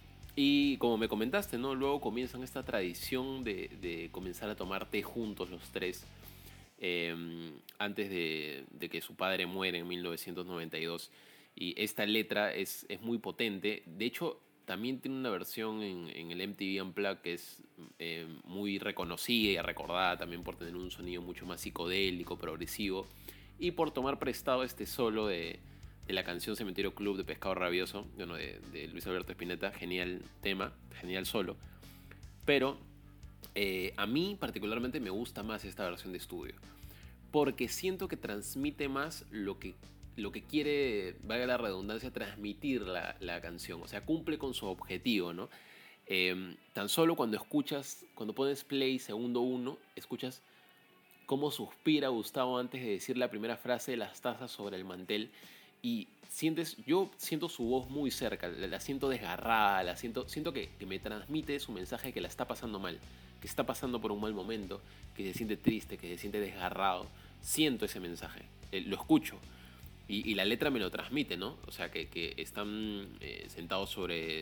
S5: Y como me comentaste, ¿no? Luego comienzan esta tradición de comenzar a tomar té juntos los tres, antes de que su padre muere en 1992. Y esta letra es muy potente. De hecho, también tiene una versión en el MTV Unplugged que es muy reconocida y recordada también por tener un sonido mucho más psicodélico, progresivo, y por tomar prestado este solo de la canción Cementerio Club de Pescado Rabioso, bueno, de Luis Alberto Spinetta. Genial tema, genial solo. Pero a mí particularmente me gusta más esta versión de estudio, porque siento que transmite más lo que quiere, valga la redundancia, transmitir la canción. O sea, cumple con su objetivo, ¿no? Tan solo cuando pones play segundo 1, escuchas cómo suspira Gustavo antes de decir la primera frase de las tazas sobre el mantel. Y yo siento su voz muy cerca, la siento desgarrada, siento que me transmite su mensaje de que la está pasando mal, que está pasando por un mal momento, que se siente triste, que se siente desgarrado. Siento ese mensaje, lo escucho. Y la letra me lo transmite, ¿no? O sea, que están sentados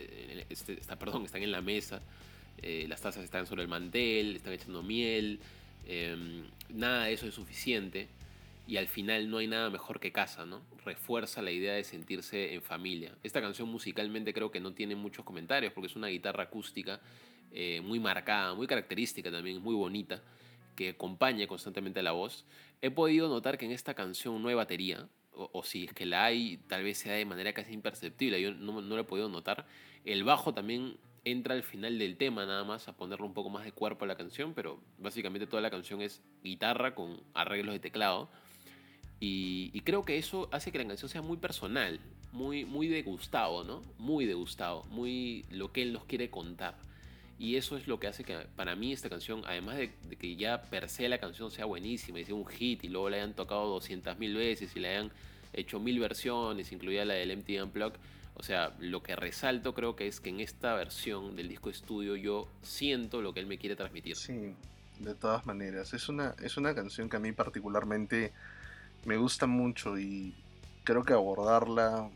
S5: están en la mesa, las tazas están sobre el mantel, están echando miel, nada de eso es suficiente. Y al final no hay nada mejor que casa, ¿no? Refuerza la idea de sentirse en familia. Esta canción musicalmente creo que no tiene muchos comentarios porque es una guitarra acústica muy marcada, muy característica también, muy bonita, que acompaña constantemente a la voz. He podido notar que en esta canción no hay batería, o si es que la hay, tal vez sea de manera casi imperceptible. Yo no lo he podido notar. El bajo también entra al final del tema nada más a ponerle un poco más de cuerpo a la canción, pero básicamente toda la canción es guitarra con arreglos de teclado. Y creo que eso hace que la canción sea muy personal, muy de Gustavo, ¿no? Muy de Gustavo, muy lo que él nos quiere contar. Y eso es lo que hace que para mí esta canción, además de que ya per se la canción sea buenísima y sea un hit y luego la hayan tocado 200.000 veces y la hayan hecho 1000 versiones, incluida la del MTV Unplugged, o sea, lo que resalto creo que es que en esta versión del disco estudio yo siento lo que él me quiere transmitir.
S4: Sí, de todas maneras. Es una canción que a mí particularmente me gusta mucho y creo que abordarla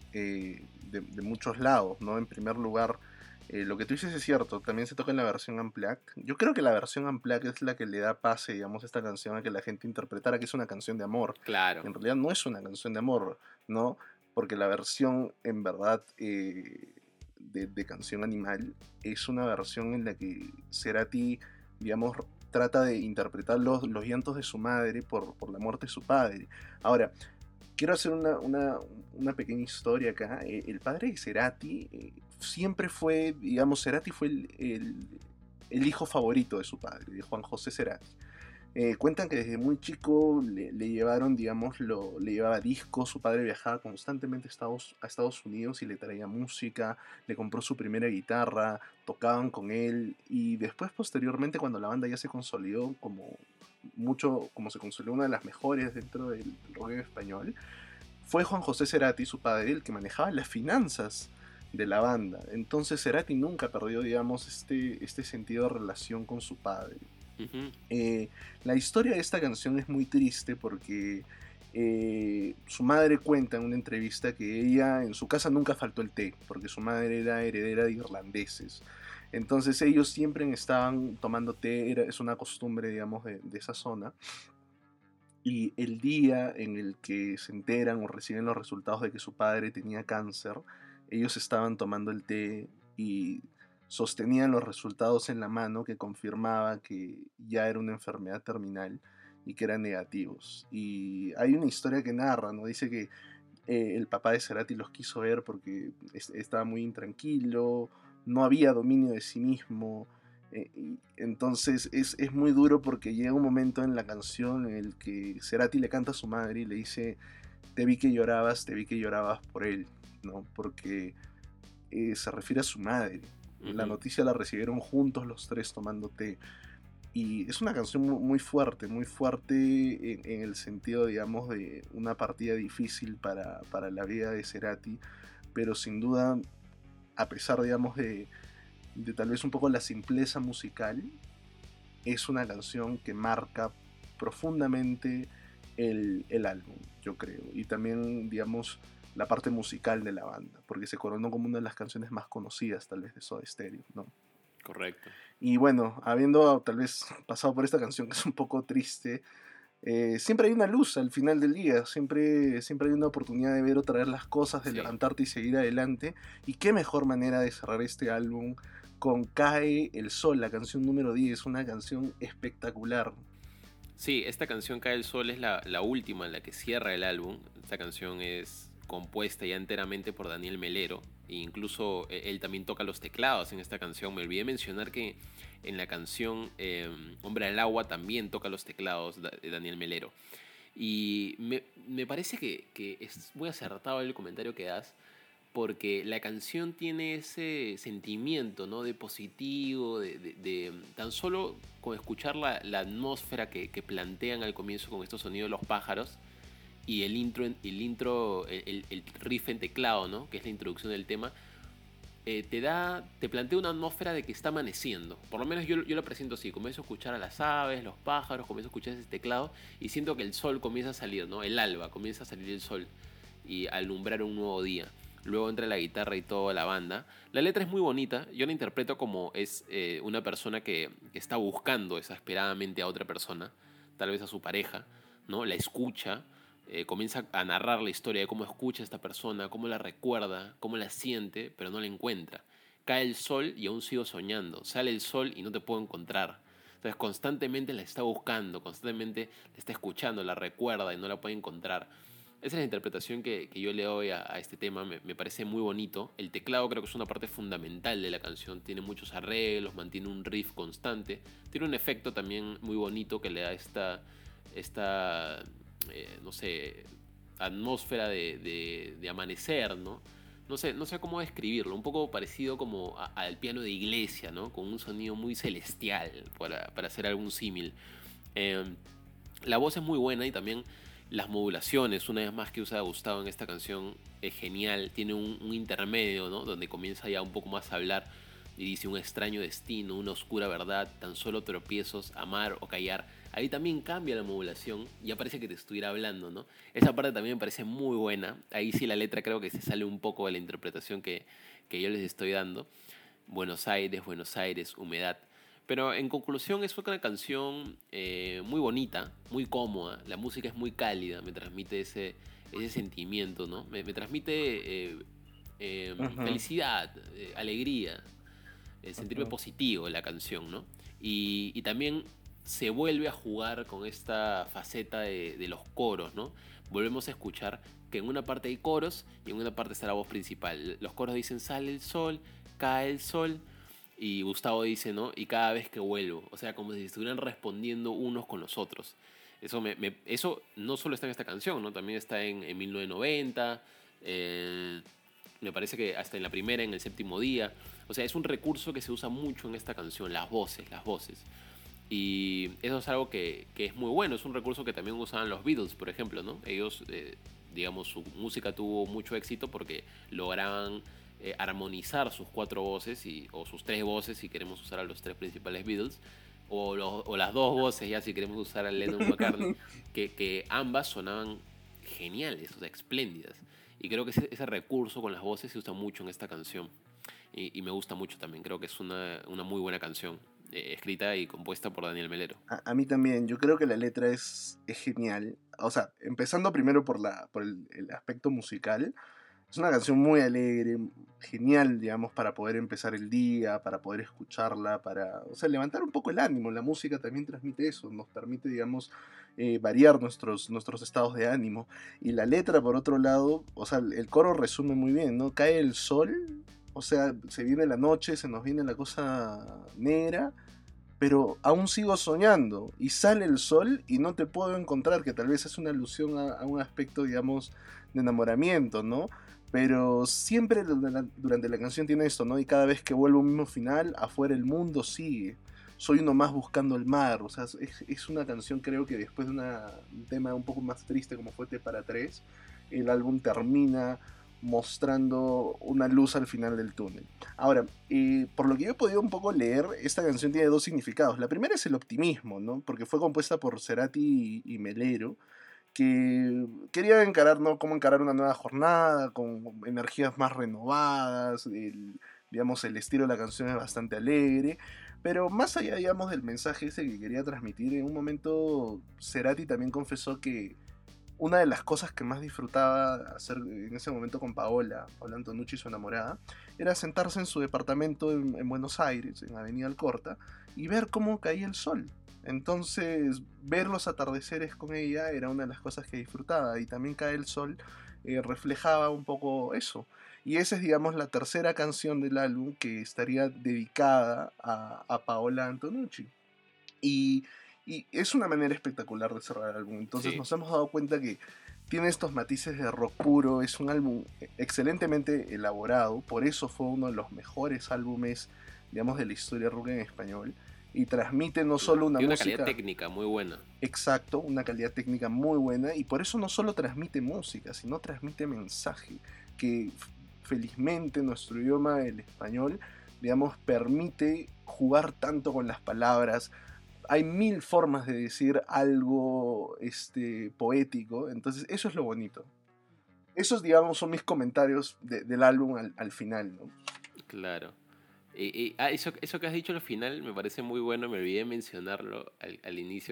S4: de muchos lados, ¿no? En primer lugar, lo que tú dices es cierto, también se toca en la versión Unplugged. Yo creo que la versión Unplugged es la que le da pase, digamos, a esta canción a que la gente interpretara que es una canción de amor.
S5: Claro.
S4: En realidad no es una canción de amor, ¿no? Porque la versión, en verdad, de Canción Animal es una versión en la que Cerati, digamos, trata de interpretar los llantos de su madre por la muerte de su padre. Ahora, quiero hacer una pequeña historia acá. El padre de Cerati siempre fue, digamos, Cerati fue el hijo favorito de su padre, de Juan José Cerati. Cuentan que desde muy chico le llevaron, digamos, le llevaba discos, su padre viajaba constantemente a Estados Unidos y le traía música, le compró su primera guitarra, tocaban con él y después posteriormente cuando la banda ya se consolidó como se consolidó una de las mejores dentro del rock en español, fue Juan José Cerati, su padre, el que manejaba las finanzas de la banda. Entonces Cerati nunca perdió, digamos, este sentido de relación con su padre.
S5: Uh-huh.
S4: La historia de esta canción es muy triste porque su madre cuenta en una entrevista que ella en su casa nunca faltó el té, porque su madre era heredera de irlandeses. Entonces ellos siempre estaban tomando té, es una costumbre, digamos, de esa zona. Y el día en el que se enteran o reciben los resultados de que su padre tenía cáncer, ellos estaban tomando el té y sostenían los resultados en la mano que confirmaba que ya era una enfermedad terminal y que eran negativos. Y hay una historia que narra, ¿no? Dice que el papá de Cerati los quiso ver porque estaba muy intranquilo, no había dominio de sí mismo. Entonces es muy duro porque llega un momento en la canción en el que Cerati le canta a su madre y le dice: te vi que llorabas por él, ¿no? Porque se refiere a su madre. Uh-huh. La noticia la recibieron juntos los tres tomando té. Y es una canción muy fuerte en el sentido, digamos, de una partida difícil para la vida de Cerati, pero sin duda, a pesar, digamos, de tal vez un poco la simpleza musical, es una canción que marca profundamente el álbum, yo creo, y también, digamos, la parte musical de la banda, porque se coronó como una de las canciones más conocidas, tal vez, de Soda Stereo, ¿no?
S5: Correcto.
S4: Y bueno, habiendo tal vez pasado por esta canción que es un poco triste, siempre hay una luz al final del día, siempre hay una oportunidad de ver otra vez las cosas, de levantarte y seguir adelante, y qué mejor manera de cerrar este álbum con Cae el Sol, la canción número 10, una canción espectacular.
S5: Sí, esta canción Cae el Sol es la última en la que cierra el álbum. Esta canción es compuesta ya enteramente por Daniel Melero, e incluso él también toca los teclados en esta canción. Me olvidé mencionar que en la canción Hombre al Agua también toca los teclados de Daniel Melero. Y me parece que es muy acertado el comentario que das, porque la canción tiene ese sentimiento, ¿no? De positivo, de tan solo con escuchar la atmósfera que plantean al comienzo con estos sonidos de los pájaros y el riff en teclado, ¿no? Que es la introducción del tema, te plantea una atmósfera de que está amaneciendo. Por lo menos yo lo presento así. Comienzo a escuchar a las aves, los pájaros, comienzo a escuchar ese teclado y siento que el sol comienza a salir, ¿no? El alba, comienza a salir el sol y a alumbrar un nuevo día. Luego entra la guitarra y toda la banda. La letra es muy bonita. Yo la interpreto como es una persona que está buscando desesperadamente a otra persona, tal vez a su pareja, ¿no? La escucha, comienza a narrar la historia de cómo escucha a esta persona, cómo la recuerda, cómo la siente, pero no la encuentra. Cae el sol y aún sigo soñando. Sale el sol y no te puedo encontrar. Entonces constantemente la está buscando, constantemente la está escuchando, la recuerda y no la puede encontrar. Esa es la interpretación que yo le doy a este tema. Me parece muy bonito. El teclado creo que es una parte fundamental de la canción. Tiene muchos arreglos, mantiene un riff constante. Tiene un efecto también muy bonito que le da esta no sé, atmósfera de amanecer, ¿no? no sé cómo describirlo, un poco parecido como al piano de iglesia, ¿no? Con un sonido muy celestial, para hacer algún símil. Eh, la voz es muy buena y también las modulaciones, una vez más que usa Gustavo en esta canción, es genial. Tiene un intermedio, ¿no? Donde comienza ya un poco más a hablar y dice un extraño destino, una oscura verdad, tan solo tropiezos, amar o callar. Ahí también cambia la modulación, ya parece que te estuviera hablando, ¿no? Esa parte también me parece muy buena. Ahí sí la letra creo que se sale un poco de la interpretación que yo les estoy dando. Buenos Aires, humedad. Pero en conclusión es una canción muy bonita, muy cómoda. La música es muy cálida, me transmite ese sentimiento, ¿no? Me transmite
S4: Ujú,
S5: felicidad, alegría, sentirme
S4: ujú.
S5: positivo la canción, ¿no? Y también se vuelve a jugar con esta faceta de los coros, ¿no? Volvemos a escuchar que en una parte hay coros y en una parte está la voz principal. Los coros dicen sale el sol, cae el sol. Y Gustavo dice, ¿no? Y cada vez que vuelvo. O sea, como si estuvieran respondiendo unos con los otros. Eso no solo está en esta canción, ¿no? También está en 1990. eh, Me parece que hasta en la primera, en el séptimo día. O sea, es un recurso que se usa mucho en esta canción, las voces, las voces. Y eso es algo que es muy bueno, es un recurso que también usaban los Beatles, por ejemplo, ¿no? Ellos, digamos, su música tuvo mucho éxito porque lograban armonizar sus cuatro voces o sus tres voces, si queremos usar a los tres principales Beatles, o las dos voces, ya si queremos usar a Lennon McCartney, que ambas sonaban geniales, o sea, espléndidas. Y creo que ese recurso con las voces se usa mucho en esta canción. Y me gusta mucho también, creo que es una muy buena canción, escrita y compuesta por Daniel Melero.
S4: A mí también, yo creo que la letra es genial. O sea, empezando primero por el aspecto musical. Es una canción muy alegre, genial, digamos, para poder empezar el día, para poder escucharla, para, o sea, levantar un poco el ánimo. La música también transmite eso, nos permite, digamos, variar nuestros estados de ánimo. Y la letra, por otro lado, o sea, el coro resume muy bien, ¿no? Cae el sol, o sea, se viene la noche, se nos viene la cosa negra, pero aún sigo soñando y sale el sol y no te puedo encontrar, que tal vez es una alusión a un aspecto, digamos, de enamoramiento, ¿no? Pero siempre durante la canción tiene esto, ¿no? Y cada vez que vuelvo a un mismo final, afuera el mundo sigue. Soy uno más buscando el mar, o sea, es una canción creo que después de un tema un poco más triste como fue T para tres, el álbum termina mostrando una luz al final del túnel. Ahora, por lo que yo he podido un poco leer, esta canción tiene dos significados. La primera es el optimismo, ¿no? Porque fue compuesta por Cerati y Melero, que querían encarar, ¿no? Cómo encarar una nueva jornada, con energías más renovadas, digamos, el estilo de la canción es bastante alegre, pero más allá, digamos, del mensaje ese que quería transmitir, en un momento Cerati también confesó que una de las cosas que más disfrutaba hacer en ese momento con Paola Antonucci, su enamorada, era sentarse en su departamento en Buenos Aires, en Avenida Alcorta, y ver cómo caía el sol. Entonces, ver los atardeceres con ella era una de las cosas que disfrutaba, y también Cae el Sol reflejaba un poco eso. Y esa es, digamos, la tercera canción del álbum que estaría dedicada a Paola Antonucci. Y, y es una manera espectacular de cerrar el álbum. Entonces
S5: Sí,
S4: nos hemos dado cuenta que tiene estos matices de rock puro. Es un álbum excelentemente elaborado. Por eso fue uno de los mejores álbumes, digamos, de la historia rock en español. Y transmite no solo una
S5: tiene una calidad
S4: música
S5: técnica muy buena.
S4: exacto, una calidad técnica muy buena. Y por eso no solo transmite música, sino transmite mensaje. Que felizmente nuestro idioma, el español, digamos, permite jugar tanto con las palabras. Hay mil formas de decir algo poético, entonces eso es lo bonito. Esos, digamos, son mis comentarios del álbum al final, ¿no?
S5: Claro. Eso que has dicho al final me parece muy bueno, me olvidé mencionarlo al inicio,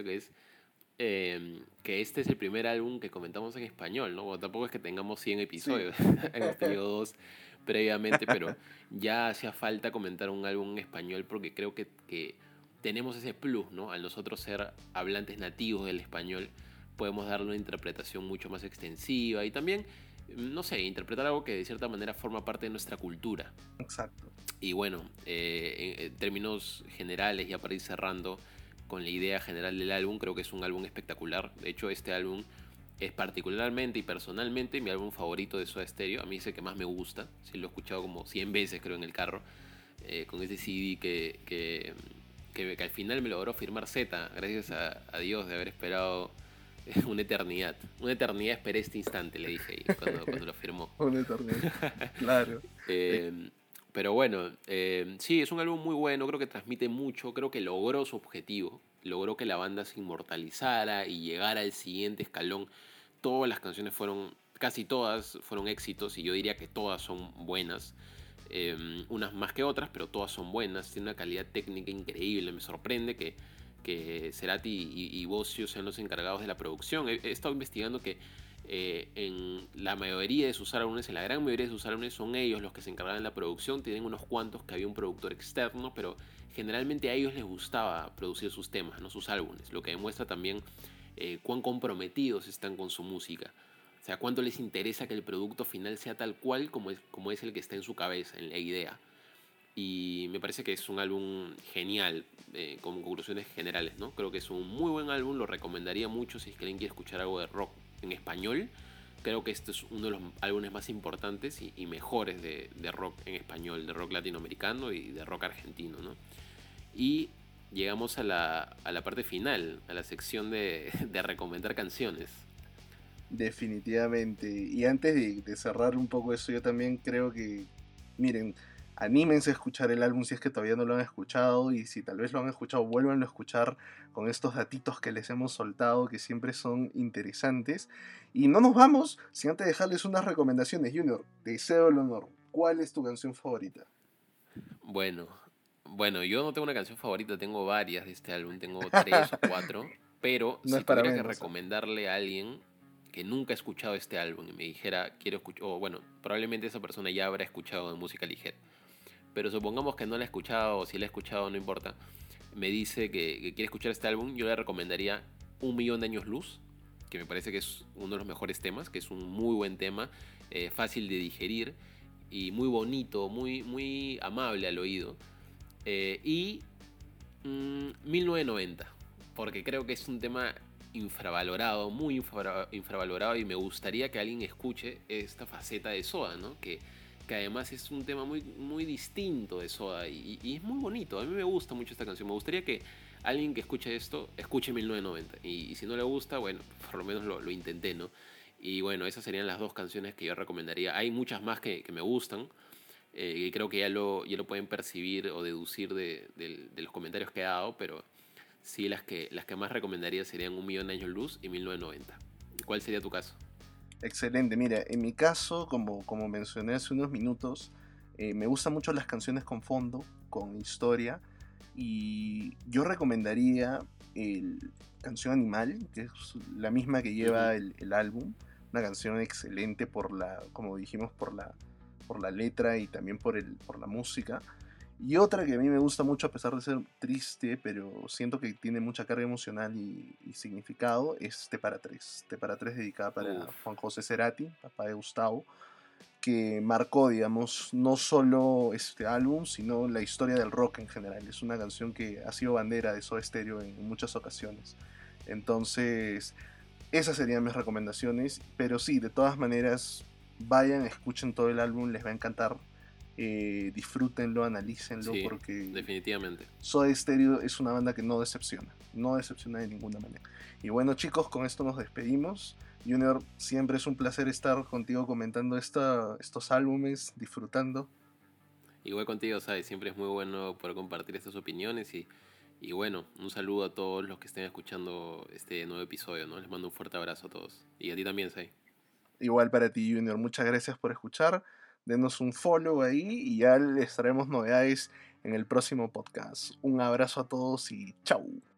S5: que este es el primer álbum que comentamos en español, ¿no? Bueno, tampoco es que tengamos 100
S4: Sí.
S5: episodios, hemos tenido dos previamente, pero ya hacía falta comentar un álbum en español porque creo que tenemos ese plus, ¿no? Al nosotros ser hablantes nativos del español, podemos darle una interpretación mucho más extensiva y también, no sé, interpretar algo que de cierta manera forma parte de nuestra cultura.
S4: Exacto.
S5: Y bueno, en términos generales, ya para ir cerrando con la idea general del álbum, creo que es un álbum espectacular. De hecho, este álbum es particularmente y personalmente mi álbum favorito de Soda Stereo. A mí es el que más me gusta. Sí, lo he escuchado como 100 veces creo en el carro. Con ese CD que al final me logró firmar Z. Gracias a Dios de haber esperado una eternidad. Una eternidad esperé este instante, le dije ahí, cuando lo firmó.
S4: Una eternidad, claro.
S5: Pero bueno, sí, es un álbum muy bueno, creo que transmite mucho, creo que logró su objetivo, logró que la banda se inmortalizara y llegara al siguiente escalón. Todas las canciones casi todas fueron éxitos y yo diría que todas son buenas. Unas más que otras, pero todas son buenas, tiene una calidad técnica increíble. Me sorprende que Cerati y Bosio sean los encargados de la producción. He estado investigando que en la mayoría de sus álbumes, en la gran mayoría de sus álbumes, son ellos los que se encargaban de la producción. Tienen unos cuantos que había un productor externo, pero generalmente a ellos les gustaba producir sus temas, no sus álbumes, lo que demuestra también cuán comprometidos están con su música. O sea, cuánto les interesa que el producto final sea tal cual como es el que está en su cabeza, en la idea. Y me parece que es un álbum genial, con conclusiones generales, ¿no? Creo que es un muy buen álbum, lo recomendaría mucho si es que alguien quiere escuchar algo de rock en español. Creo que este es uno de los álbumes más importantes y mejores de rock en español, de rock latinoamericano y de rock argentino, ¿no? Y llegamos a la parte final, a la sección de recomendar canciones.
S4: Definitivamente. Y antes de cerrar un poco eso, yo también creo que, miren, anímense a escuchar el álbum si es que todavía no lo han escuchado, y si tal vez lo han escuchado, vuélvanlo a escuchar con estos datitos que les hemos soltado, que siempre son interesantes. Y no nos vamos sin antes dejarles unas recomendaciones. Junior, deseo el honor. ¿Cuál es tu canción favorita?
S5: Bueno, yo no tengo una canción favorita, tengo varias de este álbum, tengo 3 o 4, pero
S4: No
S5: si
S4: es para
S5: tuviera que
S4: menos.
S5: recomendarle a alguien que nunca ha escuchado este álbum y me dijera, quiero escuchar, o bueno, probablemente esa persona ya habrá escuchado de música ligera, pero supongamos que no la ha escuchado, o si la ha escuchado no importa, me dice que quiere escuchar este álbum, yo le recomendaría 1.000.000 de años luz, que me parece que es uno de los mejores temas, que es un muy buen tema, fácil de digerir y muy bonito, muy amable al oído. Y 1990, porque creo que es un tema infravalorado, muy infravalorado, y me gustaría que alguien escuche esta faceta de Soda, ¿no? Que además es un tema muy distinto de Soda y es muy bonito. A mí me gusta mucho esta canción. Me gustaría que alguien que escuche esto escuche 1990 y si no le gusta, bueno, por lo menos lo intenté, ¿no? Y bueno, esas serían las dos canciones que yo recomendaría. Hay muchas más que me gustan. Y creo que ya lo pueden percibir o deducir de los comentarios que he dado, pero sí las que más recomendaría serían 1.000.000 de años luz y 1990. ¿Cuál sería tu caso?
S4: Excelente, mira, en mi caso, como mencioné hace unos minutos, me gustan mucho las canciones con fondo, con historia, y yo recomendaría Canción Animal, que es la misma que lleva el álbum, una canción excelente como dijimos, por la letra y también por la música. Y otra que a mí me gusta mucho, a pesar de ser triste, pero siento que tiene mucha carga emocional y significado, es Te para tres. Te para tres, dedicada para Juan José Cerati, papá de Gustavo, que marcó, digamos, no solo este álbum, sino la historia del rock en general. Es una canción que ha sido bandera de Soda Stereo en muchas ocasiones. Entonces, esas serían mis recomendaciones, pero sí, de todas maneras, vayan, escuchen todo el álbum, les va a encantar. Disfrútenlo, analícenlo,
S5: Sí,
S4: porque
S5: definitivamente.
S4: Soda Stereo es una banda que no decepciona de ninguna manera. Y bueno, chicos, con esto nos despedimos. Junior, siempre es un placer estar contigo comentando estos álbumes, disfrutando.
S5: Igual contigo, ¿sabes? Siempre es muy bueno poder compartir estas opiniones y bueno, un saludo a todos los que estén escuchando este nuevo episodio, ¿no? Les mando un fuerte abrazo a todos. Y a ti también, Sai.
S4: Igual para ti, Junior, muchas gracias por escuchar. Denos un follow ahí y ya les traemos novedades en el próximo podcast. Un abrazo a todos y chau.